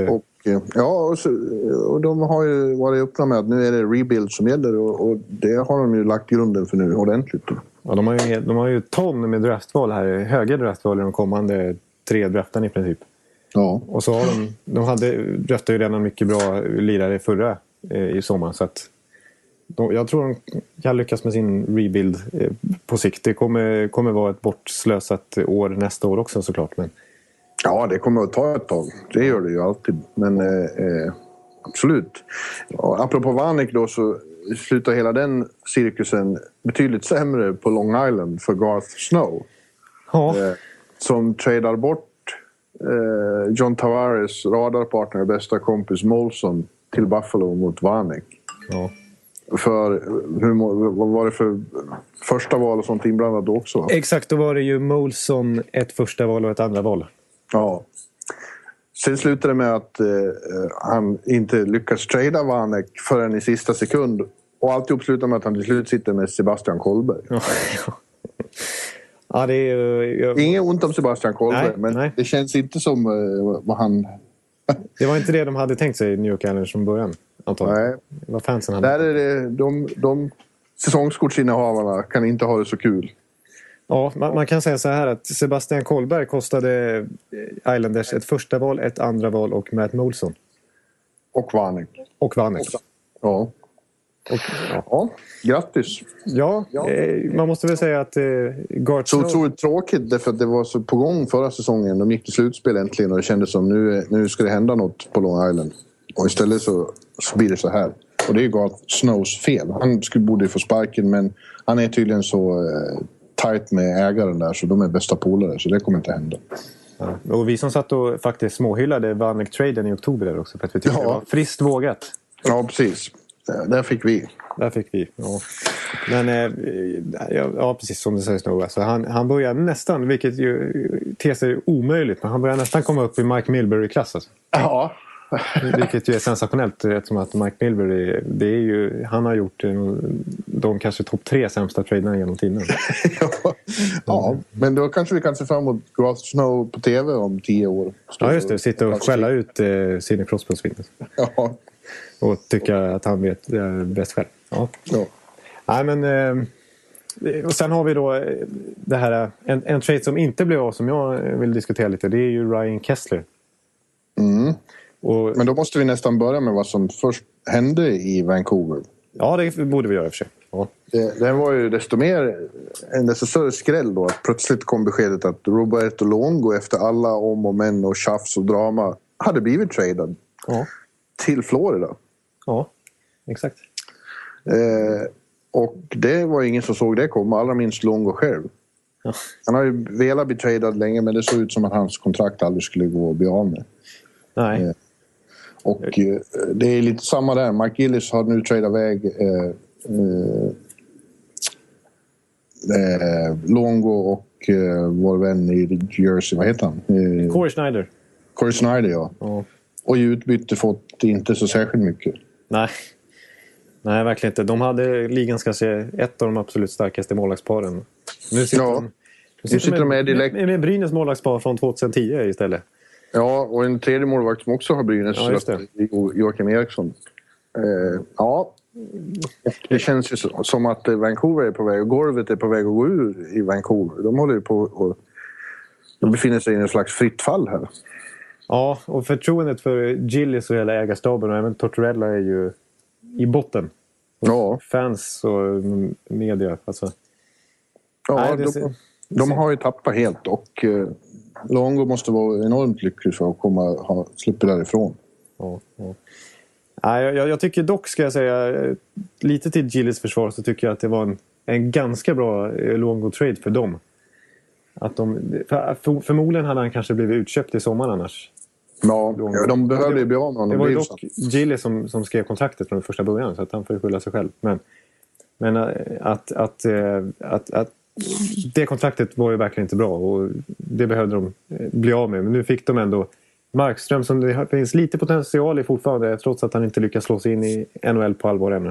Speaker 4: och de har ju varit öppna med att nu är det rebuild som gäller och det har de ju lagt grunden för nu ordentligt.
Speaker 3: Ja, de har ju ton med draftval här, höga draftval i de kommande 3 draftarna i princip.
Speaker 4: Ja.
Speaker 3: Och så har de draftade ju redan mycket bra lirare förra i sommar, så att jag tror de kan lyckas med sin rebuild på sikt. Det kommer vara ett bortslösat år nästa år också såklart. Men...
Speaker 4: Ja, det kommer att ta ett tag. Det gör det ju alltid. Men absolut. Och apropå Vanek då, så slutar hela den cirkusen betydligt sämre på Long Island för Garth Snow.
Speaker 3: Ja.
Speaker 4: Som tradar bort John Tavares radarpartner och bästa kompis Molson till Buffalo mot Vanek.
Speaker 3: Ja.
Speaker 4: För vad var det för första val och sånt inblandat då också?
Speaker 3: Exakt, då var det ju Molson ett första val och ett andra val.
Speaker 4: Ja. Sen slutade det med att han inte lyckas trada Vanek förrän i sista sekund. Och alltid slutar med att han till slut sitter med Sebastian Kollberg.
Speaker 3: Ja, det är
Speaker 4: Inget ont om Sebastian Kollberg, men det känns inte som vad han...
Speaker 3: Det var inte det de hade tänkt sig i New York Islanders från början, antagligen.
Speaker 4: Nej.
Speaker 3: Vad fansen hade.
Speaker 4: Där är det, de säsongskortsinnehavarna kan inte ha det så kul.
Speaker 3: Ja, man kan säga så här att Sebastian Kollberg kostade Islanders ett första val, ett andra val och Matt Molson.
Speaker 4: Och Vanek.
Speaker 3: Ja.
Speaker 4: Ja, grattis.
Speaker 3: Ja, man måste väl säga att Garth
Speaker 4: Så otroligt tråkigt därför att det var så på gång förra säsongen. De gick till slutspel äntligen och det kändes som nu ska det hända något på Long Island. Och istället så blir det så här. Och det är ju Garth Snows fel. Han borde få sparken, men han är tydligen så tajt med ägaren där så de är bästa polare, så det kommer inte hända.
Speaker 3: Ja. Och vi som satt och faktiskt småhyllade Vanek-traden i oktober där också, för att vi tyckte det var friskt vågat.
Speaker 4: Ja, precis. Där fick vi.
Speaker 3: Ja. Men precis som det sägs nog. Alltså, han börjar nästan, vilket ju ter sig omöjligt, men han börjar nästan komma upp i Mike Milbury-klass. Alltså.
Speaker 4: Ja.
Speaker 3: Vilket ju är sensationellt, eftersom att Mike Milbury, det är ju, han har gjort de kanske topp 3 sämsta traderna genom tiden.
Speaker 4: Ja, men då kanske vi kan se fram emot Garth Snow på tv om 10 år.
Speaker 3: Ja, just det. Sitta och skälla ut Sidney Crosbys fitness.
Speaker 4: Ja.
Speaker 3: Och tycka att han vet bäst själv. Ja. Nej, men och sen har vi då det här, en trade som inte blev av, som jag vill diskutera lite. Det är ju Ryan Kesler.
Speaker 4: Men då måste vi nästan börja med vad som först hände i Vancouver.
Speaker 3: Ja, det borde vi göra i och för sig. Ja.
Speaker 4: Det var ju en desto större skräll då att plötsligt kom beskedet att Roberto Luongo efter alla om och men och tjafs och drama hade blivit tradad till Florida.
Speaker 3: Ja, exakt.
Speaker 4: Och det var ingen som såg det komma, allra minst Luongo själv. Ja. Han har ju velat bli tradad länge, men det såg ut som att hans kontrakt aldrig skulle gå att bli av med.
Speaker 3: Nej.
Speaker 4: Och det är lite samma där. Mike Gillis har nu tradat iväg Luongo och vår vän i Jersey, vad heter han? Corey Snyder, ja. Och i utbyte fått inte så särskilt mycket.
Speaker 3: Nej, verkligen inte. De hade ligans kanske ett av de absolut starkaste målvaktsparen. Nu sitter de med Brynäs målvaktspar från 2010 istället.
Speaker 4: Ja, och en tredje målvakt som också har Brynäs, Joakim Eriksson. Det känns ju som att Vancouver är på väg, och Gorvet är på väg att gå ur i Vancouver. De håller ju på och de befinner sig i en slags fritt fall här.
Speaker 3: Ja, och förtroendet för Gillis och hela ägarstaben och även Tortorella är ju i botten.
Speaker 4: Ja.
Speaker 3: Fans och media, alltså.
Speaker 4: Ja, de har ju tappat helt, och Luongo måste vara enormt lycklig för att slippa därifrån.
Speaker 3: Ja. Jag tycker dock, ska jag säga, lite till Gillis försvar, så tycker jag att det var en ganska bra Luongo-trade för dem. Att förmodligen hade han kanske blivit utköpt i sommar annars.
Speaker 4: Ja, de behövde ju bli av med honom.
Speaker 3: Det var ju dock Gillis som skrev kontraktet från första början, så att han får ju skylla sig själv. Men att det kontraktet var ju verkligen inte bra, och det behövde de bli av med. Men nu fick de ändå Markström, som det finns lite potential i fortfarande, trots att han inte lyckas slå sig in i NHL på allvar ännu.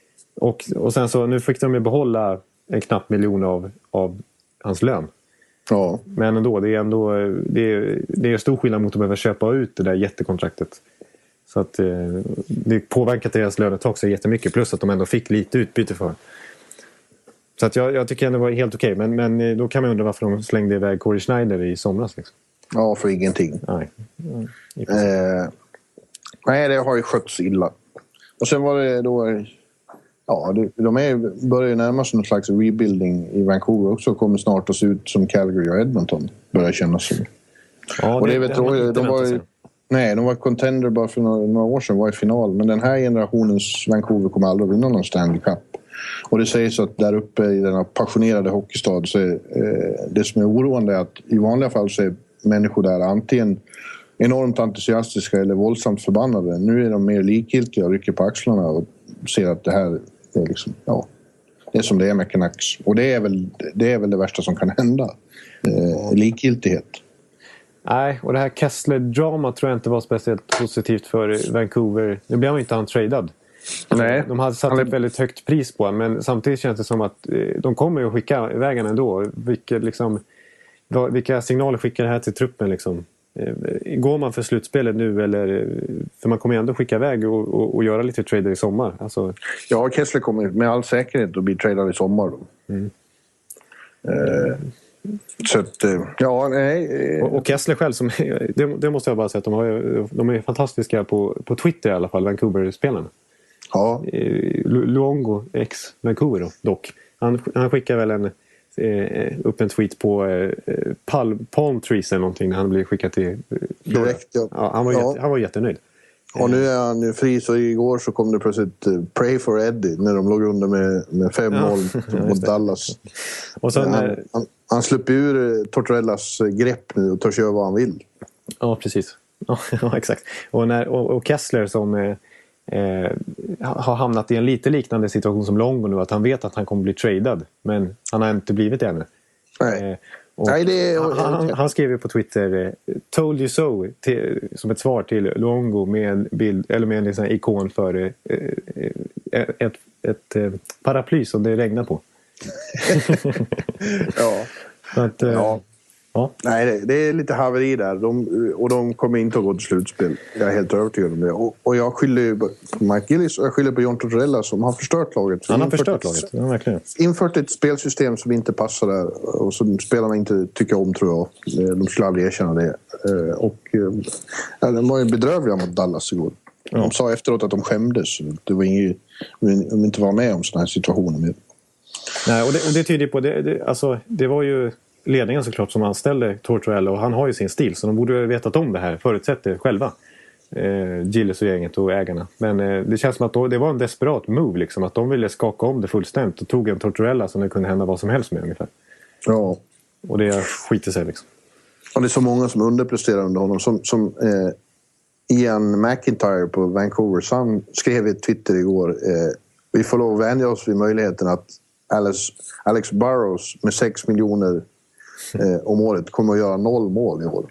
Speaker 3: Och sen så nu fick de ju behålla en knapp miljon av hans lön.
Speaker 4: Ja.
Speaker 3: Men ändå, det är stor skillnad mot att behöva köpa ut det där jättekontraktet. Så att det påverkar deras lönetak så jättemycket. Plus att de ändå fick lite utbyte för. Så att jag tycker ändå det var helt okej. Men då kan man undra varför de slängde iväg Corey Schneider i somras. Liksom.
Speaker 4: Ja, för ingenting.
Speaker 3: Nej.
Speaker 4: Nej, det har ju skötts illa. Och sen var det då... Ja, börjar ju närma sig någon slags rebuilding i Vancouver också. Kommer snart att se ut som Calgary och Edmonton. Börjar kännas som.
Speaker 3: Ja,
Speaker 4: och det vet jag, de var contender bara för några år sedan, var i final. Men den här generationens Vancouver kommer aldrig att vinna någon Stanley Cup. Och det sägs att där uppe i denna passionerade hockeystad så är det som är oroande är att i vanliga fall så är människor där antingen enormt entusiastiska eller våldsamt förbannade. Nu är de mer likgiltiga och rycker på axlarna och ser att det här är liksom, ja, det är som det är med Canucks. Och det är väl det värsta som kan hända. Likgiltighet.
Speaker 3: Nej, och det här Kessler-drama tror jag inte var speciellt positivt för Vancouver. Nu blev han inte tradad.
Speaker 4: Nej.
Speaker 3: De hade satt ett väldigt högt pris på honom, men samtidigt känns det som att de kommer att skicka iväg ändå. Vilka signaler skickar det här till truppen liksom? Går man för slutspelet nu eller för man kommer ju ändå skicka iväg och göra lite trader i sommar alltså...
Speaker 4: Ja, Kessler kommer med all säkerhet att bli tradad i sommar då. Så att, ja, nej.
Speaker 3: Och Kessler själv som, det måste jag bara säga att de är fantastiska på Twitter i alla fall, Vancouver-spelarna.
Speaker 4: Ja.
Speaker 3: Luongo ex Vancouver dock. Han skickar väl upp en tweet på Palm Trees eller någonting när han blev skickad till
Speaker 4: direkt, ja.
Speaker 3: Ja, han var jättenöjd.
Speaker 4: Och nu är han ju fri, så igår så kom det plötsligt Pray for Eddie när de låg under med 5-0 mot Dallas. Och sen, han släpper ur Tortorellas grepp nu och törs göra vad han vill.
Speaker 3: Ja, precis. Ja, exakt. Och Kessler som har hamnat i en lite liknande situation som Longo nu, att han vet att han kommer bli tradad, men han har inte blivit det ännu.
Speaker 4: Nej.
Speaker 3: Han skrev ju på Twitter "Told you so" som ett svar till Luongo med en bild eller med en liksom ikon för ett paraply som det regnar på.
Speaker 4: Ja.
Speaker 3: Att, ja.
Speaker 4: Nej, det är lite haveri där. De kommer inte att gå till slutspel. Jag är helt övertygad om det. Och jag skyller ju på Mike Gillis och jag skyller på John Tortorella som har förstört laget.
Speaker 3: Han har förstört laget, ja, verkligen.
Speaker 4: Infört ett spelsystem som inte passar där och som spelarna inte tycker om, tror jag. De skulle aldrig erkänna det. De var ju bedrövliga mot Dallas igår. Ja. De sa efteråt att de skämdes. Det var inget, de inte var med om sådana här situationer med.
Speaker 3: Nej, och det tyder på det var ju ledningen såklart som anställde Tortorella, och han har ju sin stil, så de borde ha vetat om det här, förutsätter själva Gilles och gänget och ägarna. Men det känns som att det var en desperat move liksom, att de ville skaka om det fullständigt och tog en Tortorella som det kunde hända vad som helst med ungefär.
Speaker 4: Ja.
Speaker 3: Och det skiter sig liksom.
Speaker 4: Och det är så många som underpresterar under honom, som Ian McIntyre på Vancouver, så han skrev i Twitter igår vi får lov att vänja oss vid möjligheten att Alex Burrows med 6 miljoner om året kommer att göra 0 mål i år.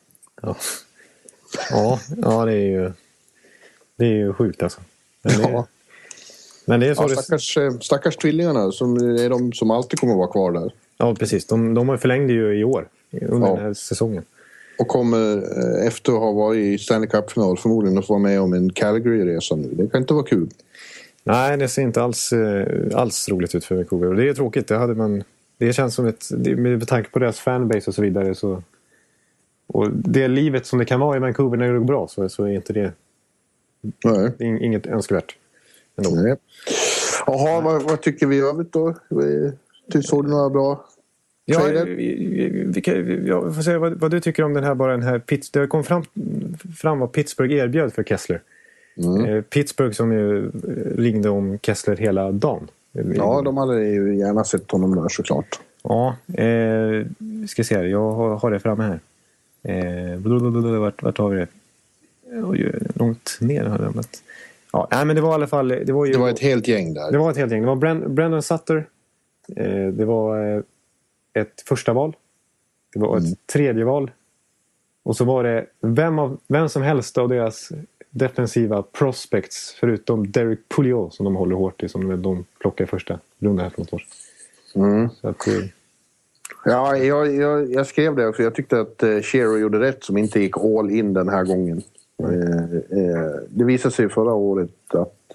Speaker 3: Ja, det är ju sjukt alltså. Men det är så
Speaker 4: stackars tvillingarna som är de som alltid kommer att vara kvar där.
Speaker 3: Ja, precis. De förlängde ju i år under den här säsongen.
Speaker 4: Och kommer efter att ha varit i Stanley Cup-final förmodligen att få vara med om en Calgary-resa nu. Det kan inte vara kul. Nej,
Speaker 3: det ser inte alls roligt ut för Vancouver. Och det är tråkigt. Det känns som med tanke på deras fanbase och så vidare. Och det livet som det kan vara i Vancouver när det går bra, så är inte det...
Speaker 4: Nej.
Speaker 3: Det är inget önskvärt.
Speaker 4: Nej. Jaha, vad tycker vi övrigt då? Såg du några bra trader?
Speaker 3: Jag får säga vad du tycker om den här det kom fram vad Pittsburgh erbjöd för Kessler. Pittsburgh som ju ringde om Kessler hela dagen.
Speaker 4: Ja, de hade ju gärna sett honom där såklart.
Speaker 3: Ja, ska se här. Jag har det framme här. Vart har vi det? Långt ner har jag lämnat. Ja, men det var i alla fall... Det var
Speaker 4: ett helt gäng där.
Speaker 3: Det var ett helt gäng. Det var Brendan Sutter. Det var ett första val. Det var ett tredje val. Och så var det vem som helst av deras defensiva prospects förutom Derek Pouliot som de håller hårt i, som de plockar i första rundan här för något år. Så att,
Speaker 4: Ja, jag skrev det också. Jag tyckte att Shero gjorde rätt som inte gick all in den här gången. Det visade sig förra året att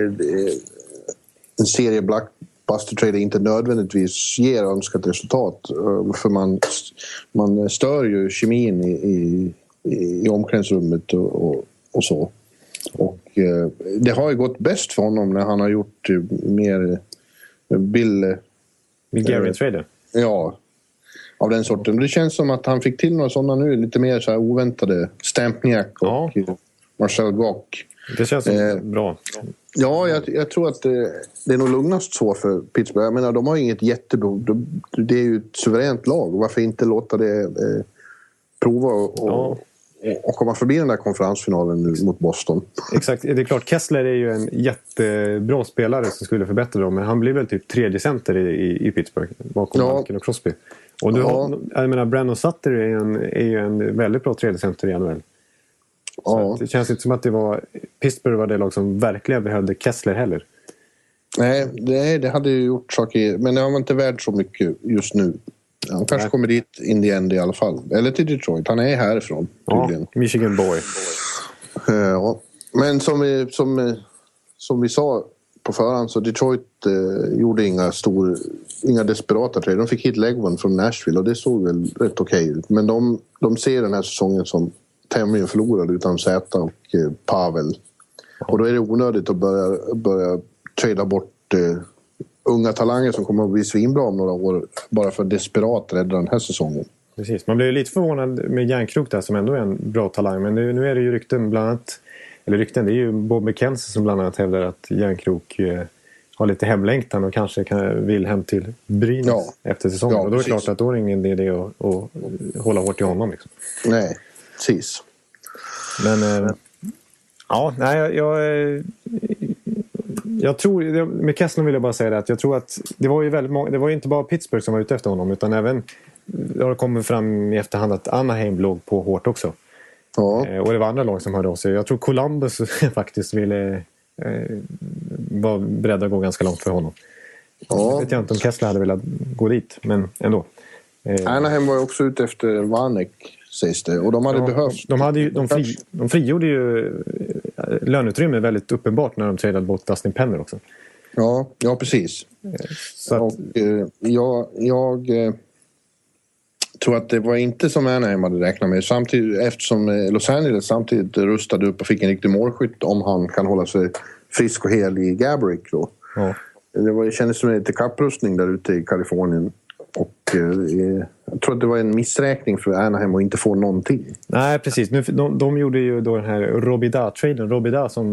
Speaker 4: en serie blockbuster trader inte nödvändigtvis ger önskat resultat. För man stör ju kemin i omklädningsrummet och så. Och det har ju gått bäst för honom när han har gjort mer Bill
Speaker 3: Gary trader.
Speaker 4: Ja, av den sorten. Det känns som att han fick till några sådana nu, lite mer så här oväntade Stampniak och Marcel Gock.
Speaker 3: Det känns bra.
Speaker 4: Ja, jag tror att det är nog lugnast så för Pittsburgh. Jag menar, de har inget jättebehov. Det är ju ett suveränt lag. Varför inte låta det prova och komma förbi den där konferensfinalen nu mot Boston?
Speaker 3: Exakt, det är klart. Kessler är ju en jättebra spelare som skulle förbättra dem. Men han blir väl typ tredje center i Pittsburgh bakom Malkin och Crosby. Och jag menar, Brandon Sutter är ju en väldigt bra tredje center i NHL. Så det känns inte som att Pittsburgh var det lag som verkligen behövde Kessler heller.
Speaker 4: Nej, det hade ju gjort saker, men det var inte värd så mycket just nu. Han kanske kommer dit in the end i alla fall. Eller till Detroit, han är härifrån tydligen.
Speaker 3: Ja, Michigan boy.
Speaker 4: Ja. Men som vi sa på förhand, så Detroit gjorde inga desperata trade. De fick hit Legwin från Nashville och det såg väl rätt okej ut. Men de ser den här säsongen som tämligen förlorad utan Zäta och Pavel. Och då är det onödigt att börja trada bort unga talanger som kommer att bli svinbra om några år bara för att desperat rädda den här säsongen. Precis,
Speaker 3: man blir ju lite förvånad med Järnkrok där som ändå är en bra talang. Men nu är det ju rykten bland annat, det är ju Bob McKenzie som bland annat hävdar att Järnkrok har lite hemlängtan och kanske vill hem till Brynäs efter säsongen. Och då är det klart att då är det ingen idé att hålla hårt i honom. Liksom.
Speaker 4: Nej, precis.
Speaker 3: Men jag tror, med Kessler vill jag bara säga det, att jag tror att det var ju det var ju inte bara Pittsburgh som var ute efter honom, utan även det har kommit fram i efterhand att Anaheim låg på hårt också. Ja. Och det var andra lag som hörde av sig. Jag tror Columbus faktiskt var beredda att gå ganska långt för honom. Ja. Jag vet inte om Kessler hade velat gå dit, men ändå.
Speaker 4: Anaheim var ju också ute efter Vanek, sägs det. Och de hade behövt...
Speaker 3: De frigjorde ju löneutrymme väldigt uppenbart när de tradade bort Dustin Penner också.
Speaker 4: Ja, precis. Så att... jag tror att det var inte som Anaheim hade räknat med. Samtidigt, eftersom Los Angeles samtidigt rustade upp och fick en riktig målskytt om han kan hålla sig frisk och hel i Gaborik då. Ja. Det kändes som en lite kapprustning där ute i Kalifornien. Och jag tror att det var en missräkning för Anaheim att inte få någonting.
Speaker 3: Nej, precis. De gjorde ju då den här Robida-traden. Robida som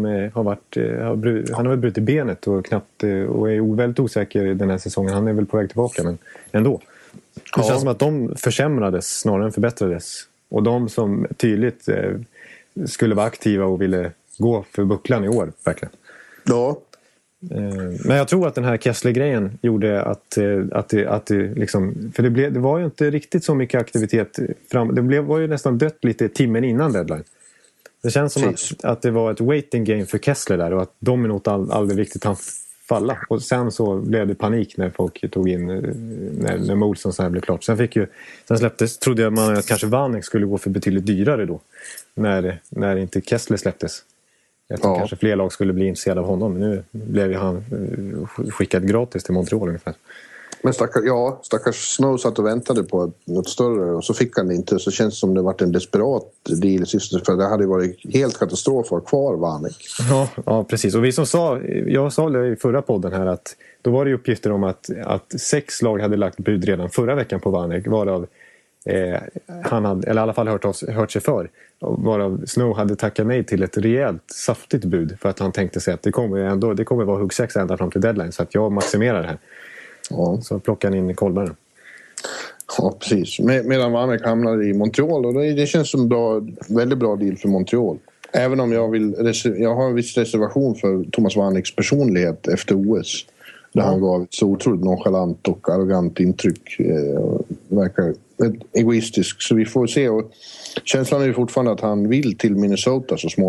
Speaker 3: han har väl brutit benet och knappt och är väldigt osäker den här säsongen. Han är väl på väg tillbaka, men ändå. Det känns som att de försämrades snarare än förbättrades. Och de som tydligt skulle vara aktiva och ville gå för bucklan i år, verkligen.
Speaker 4: Ja.
Speaker 3: Men jag tror att den här Kessler-grejen gjorde att det liksom... För det var ju inte riktigt så mycket aktivitet fram. Det var ju nästan dött lite timmen innan deadline. Det känns som att det var ett waiting game för Kessler där och att Dominot aldrig riktigt hann falla. Och sen så blev det panik när folk tog in när Molson så här blev klart. Sen släpptes, trodde jag man att kanske Vanek skulle gå för betydligt dyrare då. När inte Kessler släpptes. Jag tror kanske fler lag skulle bli intresserade av honom. Men nu blev ju han skickad gratis till Montreal ungefär.
Speaker 4: Men stackars Snow satt och väntade på något större och så fick han det inte. Så känns det som det varit en desperat deal. För det hade varit helt katastrof att ha kvar Vanek.
Speaker 3: Ja, precis. Och jag sa det i förra podden här att då var det uppgifter om att 6 lag hade lagt bud redan förra veckan på Vanek. Varav han hade, eller i alla fall hört sig för. Varav Snow hade tackat nej till ett rejält saftigt bud. För att han tänkte sig att det kommer vara huggsexa ända fram till deadline. Så att jag maximerar det här. Ja. Så plockar han in i kolbaren.
Speaker 4: Ja, precis. Medan Vanek hamnade i Montreal. Och det känns som väldigt bra deal för Montreal. Även om jag har en viss reservation för Thomas Vaneks personlighet efter OS. Där han gav ett så otroligt nonchalant och arrogant intryck. Verkar egoistisk. Så vi får se. Och känslan är ju fortfarande att han vill till Minnesota så småningom.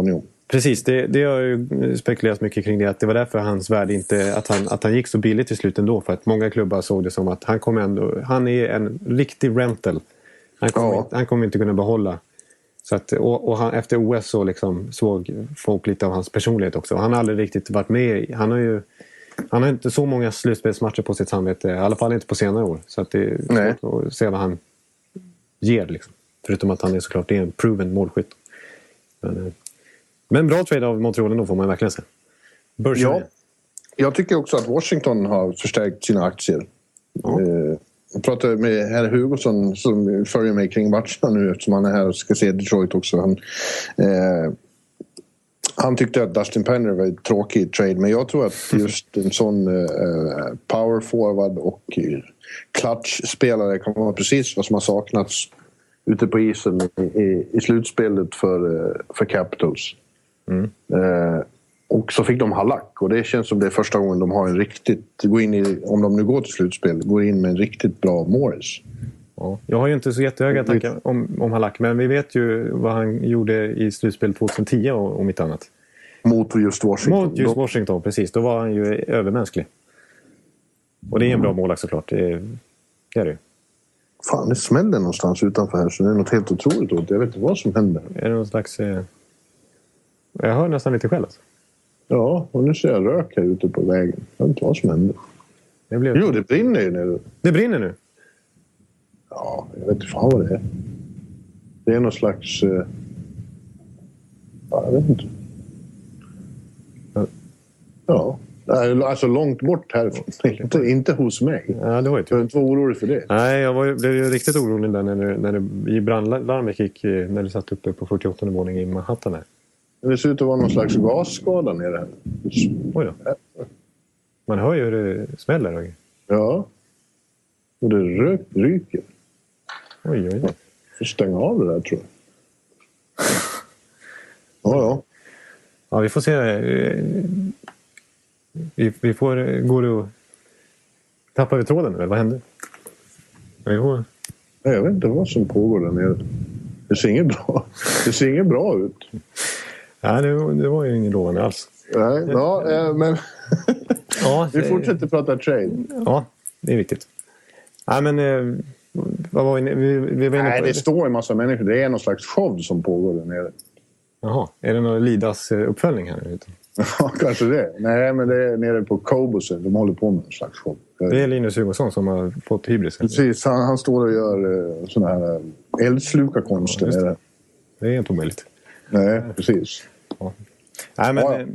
Speaker 3: Precis, det har ju spekulerats mycket kring det. Att det var därför hans värde inte... Att han gick så billigt till slut ändå. För att många klubbar såg det som att han är en riktig rental. Han kommer inte kunna behålla. Så att, och han, efter OS så liksom såg folk lite av hans personlighet också. Han har aldrig riktigt varit med. Han har inte så många slutspelsmatcher på sitt samvete. I alla fall inte på senare år. Så att det är svårt att se vad han ger liksom. Förutom att han är såklart en proven målskytt. Men bra trade av Montreal då får man verkligen se.
Speaker 4: Ja, jag tycker också att Washington har förstärkt sina aktier. Ja. Jag pratade med herr Hugosson som följer mig kring matcherna nu eftersom han är här och ska se Detroit också. Han tyckte att Dustin Penner var en tråkig trade, men jag tror att just en sån power forward och clutch-spelare kan vara precis vad som har saknats ute på isen i slutspelet för Capitals. Och så fick de Halak och det känns som det är första gången de har en riktigt om de nu går till slutspel, går in med en riktigt bra Morris.
Speaker 3: Ja, jag har ju inte så jättehöga tankar om Halak, men vi vet ju vad han gjorde i slutspel 2010 och mitt annat.
Speaker 4: Mot just Washington.
Speaker 3: Mot just Washington, precis. Då var han ju övermänsklig. Och det är en bra målvakt såklart. Det är det.
Speaker 4: Fan, det smäller någonstans utanför här så det är något helt otroligt åt. Jag vet inte vad som händer.
Speaker 3: Är det någon slags... Jag hör nästan lite själv alltså.
Speaker 4: Ja, och nu ser jag rök här ute på vägen. Jag vet inte vad som händer. Jo, det brinner ju nu.
Speaker 3: Det brinner nu?
Speaker 4: Ja, jag vet inte fan vad det är. Det är någon slags... Ja, jag vet inte. Ja, alltså långt bort härifrån. Inte hos mig.
Speaker 3: Ja, det var ju
Speaker 4: jag är inte orolig för det.
Speaker 3: Nej, jag blev ju riktigt orolig där när det i brandlarmet gick när det satt uppe på 48:e våningen i Manhattan där.
Speaker 4: Det ser ut att vara någon slags gasskada nere här.
Speaker 3: Oj då. Man hör ju hur det smäller. Roger.
Speaker 4: Ja. Och det ryker.
Speaker 3: Oj.
Speaker 4: Jag får stänga av det där, tror jag. Ja.
Speaker 3: Ja, vi får se. Vi får... Går det att... Tappar vi tråden nu? Vad händer?
Speaker 4: Jag vet inte vad som pågår där nere. Det ser inget bra ut.
Speaker 3: Nej, det var ju ingen lovande alls.
Speaker 4: Nej, men... vi fortsätter prata trade.
Speaker 3: Ja, det är viktigt. Nej, men... vad var vi
Speaker 4: Nej, det står en massa människor. Det är någon slags show som pågår där nere.
Speaker 3: Jaha, är det någon Lidas uppföljning här ute?
Speaker 4: Ja, kanske det. Nej, men det är nere på Kobusen. De håller på med en slags show.
Speaker 3: Det är Linus Hugosson som har fått hybris.
Speaker 4: Precis, han står och gör såna här eldslukarkonster.
Speaker 3: Ja, det är inte omöjligt.
Speaker 4: Nej, precis.
Speaker 3: Ja. Nej, men...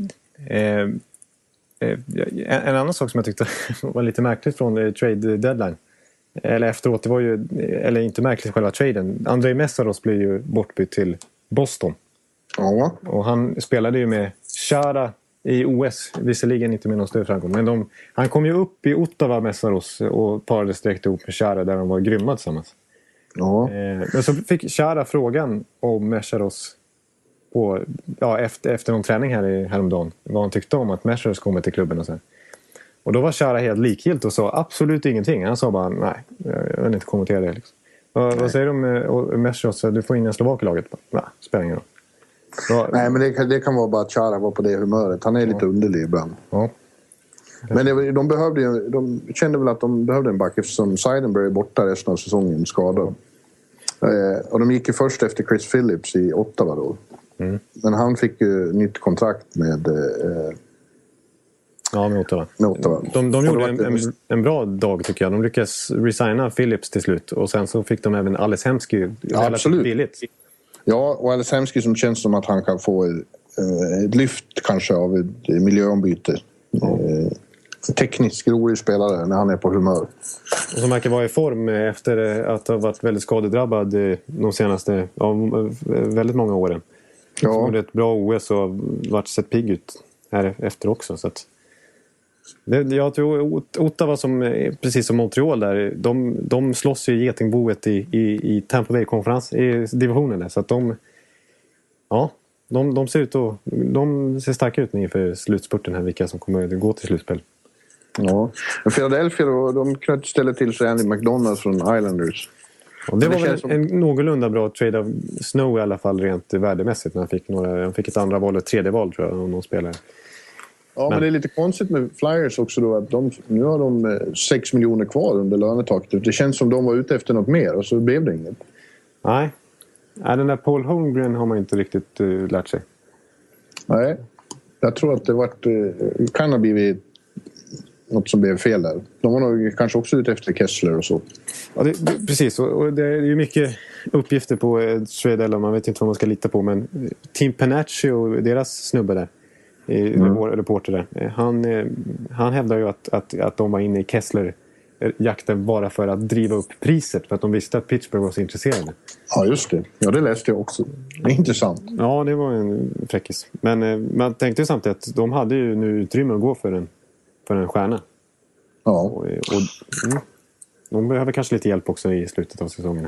Speaker 3: en annan sak som jag tyckte var lite märkligt från trade deadline. Eller efteråt, det var ju... Eller inte märkligt själva traden. Andrei Messaros blev ju bortbytt till Boston.
Speaker 4: Ja.
Speaker 3: Och han spelade ju med Chara i OS. Visserligen inte med någon större framgång. Men han kom ju upp i Ottawa, Messaros, och parades direkt ihop med Chara där de var grymma tillsammans.
Speaker 4: Ja.
Speaker 3: Men så fick Chara frågan om Messaros efter någon träning häromdagen. Vad han tyckte om att Messaros kommer till klubben och så. Och då var Chara helt likgiltig och sa absolut ingenting. Han sa bara nej, jag vill inte kommentera det. Liksom. Vad säger du om Messaros? Du får in en slovak i laget. Nej, spelar ingen roll.
Speaker 4: Nej, men det kan vara bara att Chara var på det humöret. Han är lite underlig ibland. Ja. Men de kände väl att de behövde en back eftersom Seidenberg är borta resten av säsongen skadad. Och de gick ju först efter Chris Phillips i Ottawa då. Men han fick ju nytt kontrakt med
Speaker 3: Ottawa. De gjorde en bra dag tycker jag. De lyckades resigna Phillips till slut. Och sen så fick de även Ales Hemsky relativt billigt.
Speaker 4: Ja, och Ales Hemsky som känns som att han kan få ett lyft kanske av ett miljöombyte. Teknisk rolig spelare när han är på humör.
Speaker 3: Och som verkar vara i form efter att ha varit väldigt skadedrabbad de senaste väldigt många åren. Ja. Som gjorde ett bra OS och varit sett pigg ut här efter också. Så att jag tror Ottawa precis som Montreal där, de slåss ju getingboet i Tampa Bay-konferens i divisionen där. Så att de ser starka ut inför slutspurten här, vilka som kommer att gå till slutspel.
Speaker 4: Ja, Philadelphia då, de knöt ställa till sig Andy McDonald från Islanders.
Speaker 3: Och det var väl en någorlunda bra trade av Snow i alla fall rent värdemässigt. Han fick ett andra val och ett tredje val tror jag om någon spelare.
Speaker 4: Ja, men det är lite konstigt med Flyers också då att nu har de 6 miljoner kvar under lönetaket. Det känns som de var ute efter något mer och så blev det inget.
Speaker 3: Nej, den där Paul Holmgren har man inte riktigt lärt sig.
Speaker 4: Nej, jag tror att det kan ha blivit något som blev fel där. De var nog kanske också ute efter Kessler och så. Ja,
Speaker 3: precis. Och det är ju mycket uppgifter på Stradell och man vet inte vad man ska lita på. Men Tim Panacci och deras snubbe där, reporter där, han hävdar ju att de var inne i Kessler-jakten bara för att driva upp priset. För att de visste att Pittsburgh var så intresserade.
Speaker 4: Ja, just det. Ja, det läste jag också. Det är intressant.
Speaker 3: Ja, det var en fräckis. Men man tänkte ju samtidigt att de hade ju nu utrymme att gå för en stjärna.
Speaker 4: Ja.
Speaker 3: De behöver kanske lite hjälp också i slutet av säsongen.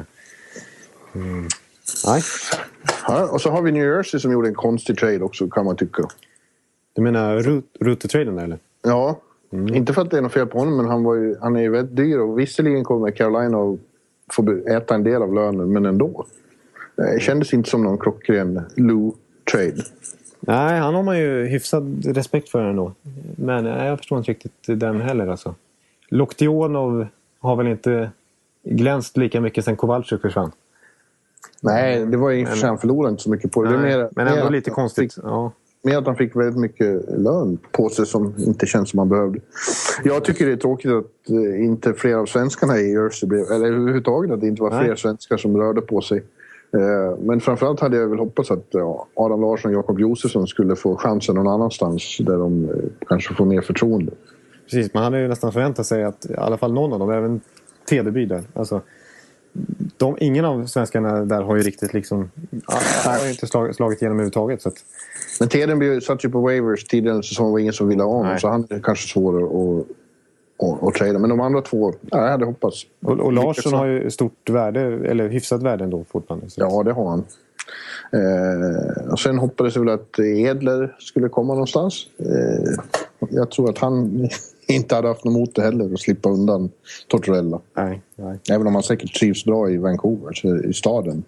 Speaker 3: Nej.
Speaker 4: Ja, och så har vi New Jersey som gjorde en konstig trade också, kan man tycka.
Speaker 3: Du menar Rutte-traden där, eller?
Speaker 4: Ja, inte för att det är något fel på honom, men han är ju väldigt dyr och visserligen kommer Carolina att få äta en del av lönen, men ändå. Det kändes inte som någon klockren Lou-trade.
Speaker 3: Nej, han har man ju hyfsad respekt för ändå. Men jag förstår inte riktigt den heller alltså. Loktionov har väl inte glänst lika mycket sen Kowalczyk försvann.
Speaker 4: Nej, det var ju för han förlorade inte så mycket på det.
Speaker 3: Nej, men ändå lite konstigt.
Speaker 4: Med att han fick väldigt mycket lön på sig som inte känns som han behövde. Jag tycker det är tråkigt att inte fler av svenskarna i Jersey blev, eller överhuvudtaget att det inte var fler svenskar som rörde på sig. Men framförallt hade jag väl hoppats att Adam Larsson och Jakob Josefsson skulle få chansen någon annanstans där de kanske får mer förtroende.
Speaker 3: Precis, man hade ju nästan förväntat sig att i alla fall någon av dem, även Tedeby där, alltså ingen av svenskarna där har ju riktigt liksom har ju inte slagit igenom överhuvudtaget så att...
Speaker 4: Men Tedeby satt ju på waivers tidigare så var ingen som ville ha honom, så han är kanske svårare att trada. Men de andra två, jag hade hoppats.
Speaker 3: Och Larsson har ju stort värde, eller hyfsat värde ändå fortfarande. Så.
Speaker 4: Ja, det har han. Och sen hoppades jag väl att Edler skulle komma någonstans. Jag tror att han inte hade haft något emot det heller att slippa undan Tortorella.
Speaker 3: Nej.
Speaker 4: Även om han säkert trivs bra i Vancouver, så i staden,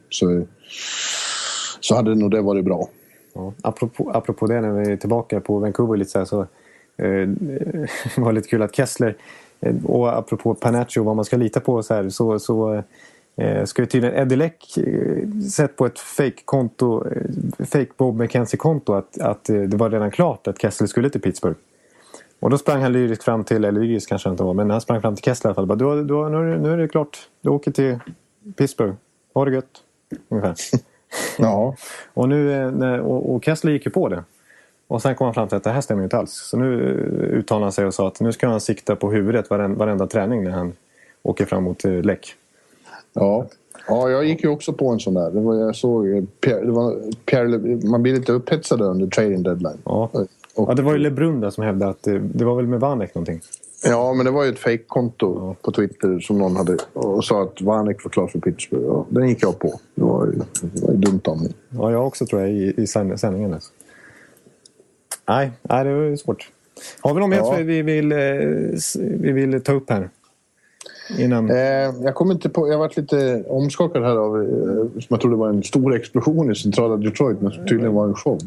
Speaker 4: så hade nog det varit bra.
Speaker 3: Ja, apropå det, när vi är tillbaka på Vancouver lite så var lite kul att Kessler och apropå Panaccio, vad man ska lita på så här, så ska ju tydligen Eddie Leck sett på ett fake-konto, fake Bob McKenzie-konto att det var redan klart att Kessler skulle till Pittsburgh. Och då sprang han lyriskt fram till, eller lyriskt kanske inte var, men han sprang fram till Kessler i alla fall. Bara, nu är det klart, du åker till Pittsburgh. Ha det gött, ungefär.
Speaker 4: Ja.
Speaker 3: Och nu, och Kessler gick ju på det. Och sen kom han fram till att det här stämmer inte alls. Så nu uttalade han sig och sa att nu ska han sikta på huvudet varenda träning när han åker fram mot Leck.
Speaker 4: Ja, jag gick ju också på en sån där. Man blir lite upphetsad under trading deadline.
Speaker 3: Ja. Ja, det var ju LeBrun där som hävdade att det var väl med Vanek någonting.
Speaker 4: Ja, men det var ju ett fake-konto på Twitter som någon hade och sa att Vanek var klar för Pittsburgh. Ja, den gick jag på. Det var ju dumt av mig.
Speaker 3: Ja, jag också tror jag i sändningen. Alltså. Nej, det var svårt. Har vi något mer som vi vill ta upp här? Innan...
Speaker 4: Jag kom inte på, jag har varit lite omskakad här av som jag trodde var en stor explosion i centrala Detroit, men som tydligen var en show.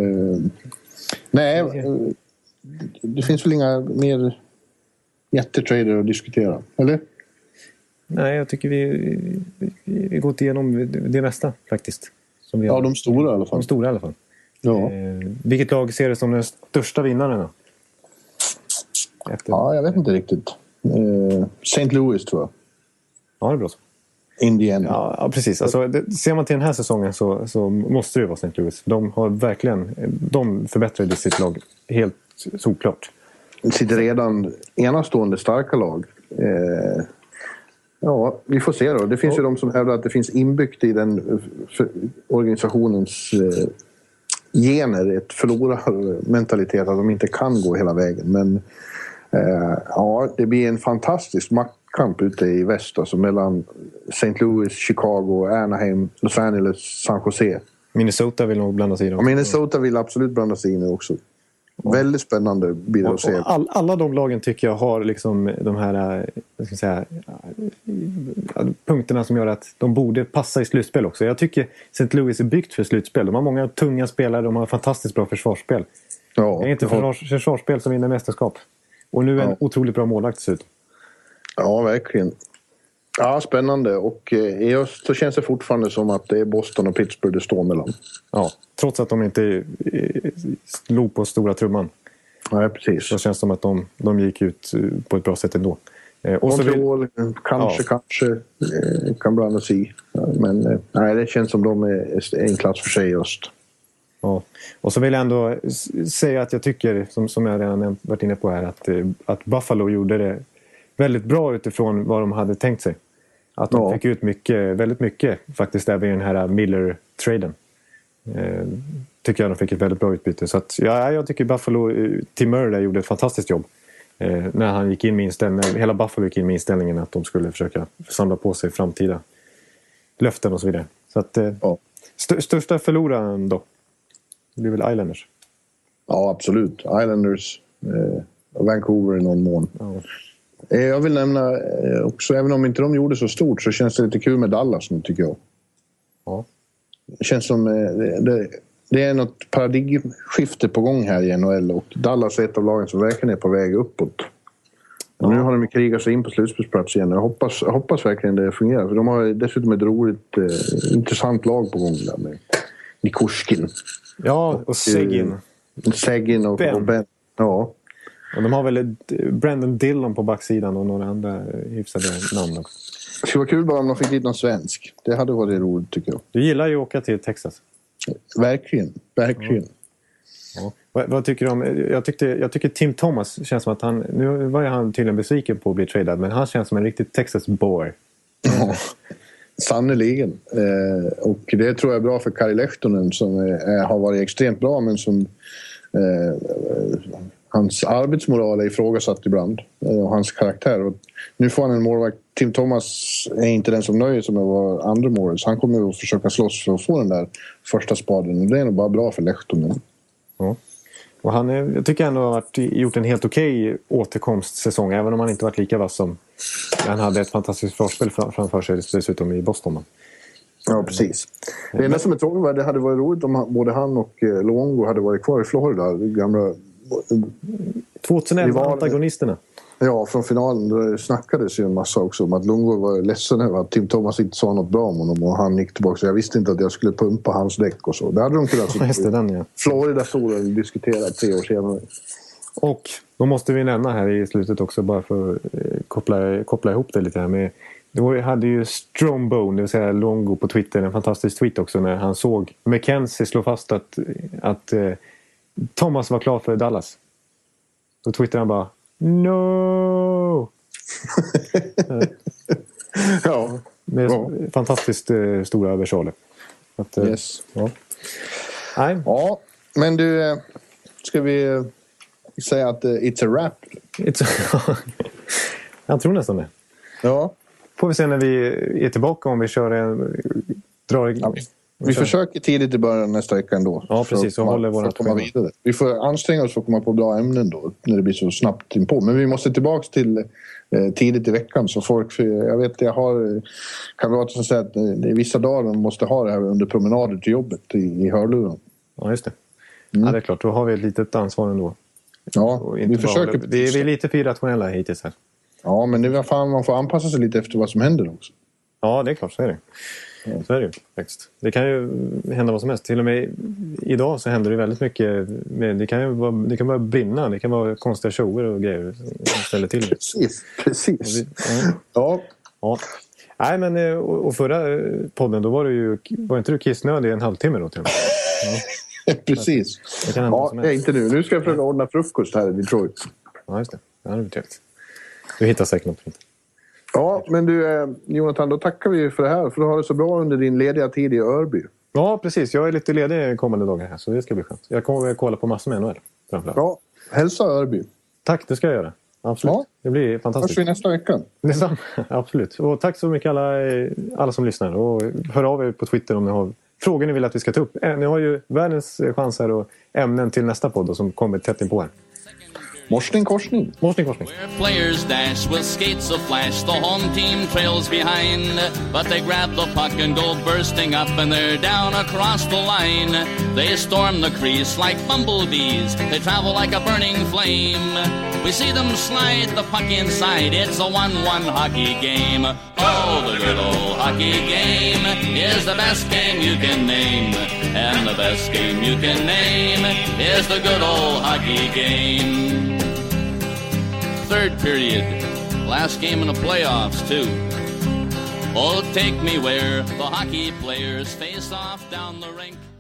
Speaker 4: Nej, det finns väl inga mer jättetrader att diskutera, eller?
Speaker 3: Nej, jag tycker vi gått igenom det mesta faktiskt. Som vi
Speaker 4: de stora i alla fall.
Speaker 3: De stora i alla fall.
Speaker 4: Ja.
Speaker 3: Vilket lag ser det som den största vinnaren då?
Speaker 4: Ja, jag vet inte riktigt. St. Louis tror jag.
Speaker 3: Ja, det är bra så.
Speaker 4: Indiana.
Speaker 3: Ja, precis. Alltså, ser man till den här säsongen så måste det vara St. Louis. De har verkligen, de förbättrade sitt lag helt såklart.
Speaker 4: Det sitter redan enastående starka lag. Ja, vi får se då. Det finns ju de som hävdar att det finns inbyggt i den organisationens gener ett förlorarmentalitet att de inte kan gå hela vägen. Men det blir en fantastisk maktkamp ute i väst, alltså mellan St. Louis, Chicago, Anaheim, Los Angeles, San Jose.
Speaker 3: Minnesota vill nog blanda sig i det.
Speaker 4: Och Minnesota vill absolut blanda sig in också. Väldigt spännande blir det att se.
Speaker 3: Alla de lagen tycker jag har liksom de här, vad ska jag säga, punkterna som gör att de borde passa i slutspel också. Jag tycker St. Louis är byggt för slutspel. De har många tunga spelare, de har fantastiskt bra försvarsspel.
Speaker 4: Ja,
Speaker 3: det är inte försvarsspel som vinner mästerskap. Och nu är en otroligt bra målvakt dessutom.
Speaker 4: Ja, verkligen. Ja, spännande. Och i öst så känns det fortfarande som att det är Boston och Pittsburgh det står mellan.
Speaker 3: Ja, trots att de inte slog på stora trumman.
Speaker 4: Nej, precis.
Speaker 3: Så känns det som att de gick ut på ett bra sätt ändå.
Speaker 4: Control, kanske kan blandas i. Men nej, det känns som de är en klass för sig just.
Speaker 3: Ja. Och så vill jag ändå säga att jag tycker, som jag redan varit inne på här, att Buffalo gjorde det väldigt bra utifrån vad de hade tänkt sig. Att de fick ut väldigt mycket faktiskt där vid den här Miller-traden. Tycker jag de fick ett väldigt bra utbyte. Så att, jag tycker Buffalo, Tim Murray gjorde ett fantastiskt jobb. När han gick in med inställningen, hela Buffalo gick in med inställningen att de skulle försöka samla på sig framtida löften och så vidare. Så att största förloraren då, det blir väl Islanders.
Speaker 4: Ja, absolut. Islanders och Vancouver i någon mån.
Speaker 3: Ja.
Speaker 4: Jag vill nämna också, även om inte de gjorde så stort, så känns det lite kul med Dallas nu tycker jag.
Speaker 3: Ja.
Speaker 4: Det känns som det är något paradigmskifte på gång här i NHL och Dallas är ett av lagen som verkligen är på väg uppåt. Och nu har de krigat sig in på slutspelsplats igen. Jag hoppas verkligen det fungerar. För de har dessutom ett roligt, intressant lag på gång där med Nikushkin.
Speaker 3: Ja, och Seguin.
Speaker 4: Seguin och Ben. Ja.
Speaker 3: Och de har väl Brandon Dillon på backsidan och några andra hyfsade namn också.
Speaker 4: Det skulle vara kul bara om de fick dit någon svensk. Det hade varit roligt tycker jag.
Speaker 3: Du gillar ju att åka till Texas.
Speaker 4: Verkligen.
Speaker 3: Ja. Vad tycker du om... Jag tycker Tim Thomas känns som att han... Nu var han tydligen besviken på att bli tradad, men han känns som en riktigt Texas boy.
Speaker 4: Ja, sannoliken. Och det tror jag är bra för Kari Lehtonen som har varit extremt bra, men som... hans arbetsmoral är ifrågasatt ibland. Och hans karaktär. Och nu får han en målvakt. Tim Thomas är inte den som nöjer sig med att vara andra målvakt. Så han kommer att försöka slåss för att få den där första spaden. Och det är nog bara bra för Lehtonen.
Speaker 3: Ja. Och jag tycker ändå har gjort en helt okej återkomstsäsong. Även om han inte varit lika vass som han hade ett fantastiskt förspel framför sig dessutom i Boston.
Speaker 4: Ja, precis. Det enda som är tråkigt var att det hade varit roligt om både han och Luongo hade varit kvar i Florida. Gamla
Speaker 3: 2011 antagonisterna.
Speaker 4: Ja, från finalen då snackades ju en massa också om att Luongo var ledsen över att Tim Thomas inte sa något bra om honom och han gick tillbaka. Så jag visste inte att jag skulle pumpa hans däck och så. Det hade de kunnat Florida stora diskuterat 3 år senare.
Speaker 3: Och då måste vi nämna här i slutet också bara för att koppla ihop det lite här med... Då hade ju Strombone, det vill säga Luongo på Twitter, en fantastisk tweet också när han såg McKenzie slå fast att Thomas var klar för Dallas. Då twittrade han bara no!
Speaker 4: Ja.
Speaker 3: Med fantastiskt stora versaler.
Speaker 4: Yes.
Speaker 3: Ja. Nej.
Speaker 4: Ja, men du, ska vi säga att it's a wrap?
Speaker 3: Jag tror nästan det.
Speaker 4: Ja.
Speaker 3: Får vi se när vi är tillbaka om vi kör
Speaker 4: vi försöker tidigt i början nästa vecka ändå.
Speaker 3: Ja, precis. Och håller våra
Speaker 4: komma vidare. Vi får anstränga oss för att komma på bra ämnen då när det blir så snabbt inpå. Men vi måste tillbaka till tidigt i veckan så folk... Jag har kamrater som säger att det är vissa dagar man måste ha det här under promenader till jobbet i hörluren.
Speaker 3: Ja, just det. Ja, det är klart. Då har vi ett litet ansvar ändå.
Speaker 4: Ja, vi försöker...
Speaker 3: Vi är lite för irrationella hittills här.
Speaker 4: Ja, men det är fan, man får anpassa sig lite efter vad som händer också.
Speaker 3: Ja, det är klart. Så är det. Så är det ju faktiskt. Det kan ju hända vad som helst. Till och med idag så händer det väldigt mycket. Det kan bara brinna. Det kan vara konstiga shower och grejer som ställer till det.
Speaker 4: Precis. Ja.
Speaker 3: Nej, men och förra podden då var inte du kissnödig en halvtimme då till och med?
Speaker 4: Ja. Precis. Inte nu. Nu ska jag försöka ordna frukost här i Detroit.
Speaker 3: Ja, just det. Det är trevligt. Du hittar säkert något fint.
Speaker 4: Ja, men du Jonathan, då tackar vi för det här. För du har det så bra under din lediga tid i Örby.
Speaker 3: Ja, precis. Jag är lite ledig kommande dagar här, så det ska bli skönt. Jag kommer att kolla på massor med NHL.
Speaker 4: Ja, hälsa Örby.
Speaker 3: Tack, det ska jag göra. Absolut. Ja. Det blir fantastiskt.
Speaker 4: Hörs vi nästa vecka.
Speaker 3: Detsamma, absolut. Och tack så mycket alla som lyssnar. Och hör av er på Twitter om ni har frågor ni vill att vi ska ta upp. Ni har ju världens chanser och ämnen till nästa podd som kommer tätt in på här.
Speaker 4: Morsning korsning.
Speaker 3: Morsning korsning.
Speaker 2: Where players dash with skates a flash, the home team trails behind, but they grab the puck and go bursting up, and they're down across the line. They storm the crease like bumblebees, they travel like a burning flame. We see them slide the puck inside, it's a 1-1 hockey game. Oh, the good old hockey game is the best game you can name, and the best game you can name is the good old hockey game. Third period, last game in the playoffs too. Oh, take me where the hockey players face off down the rink.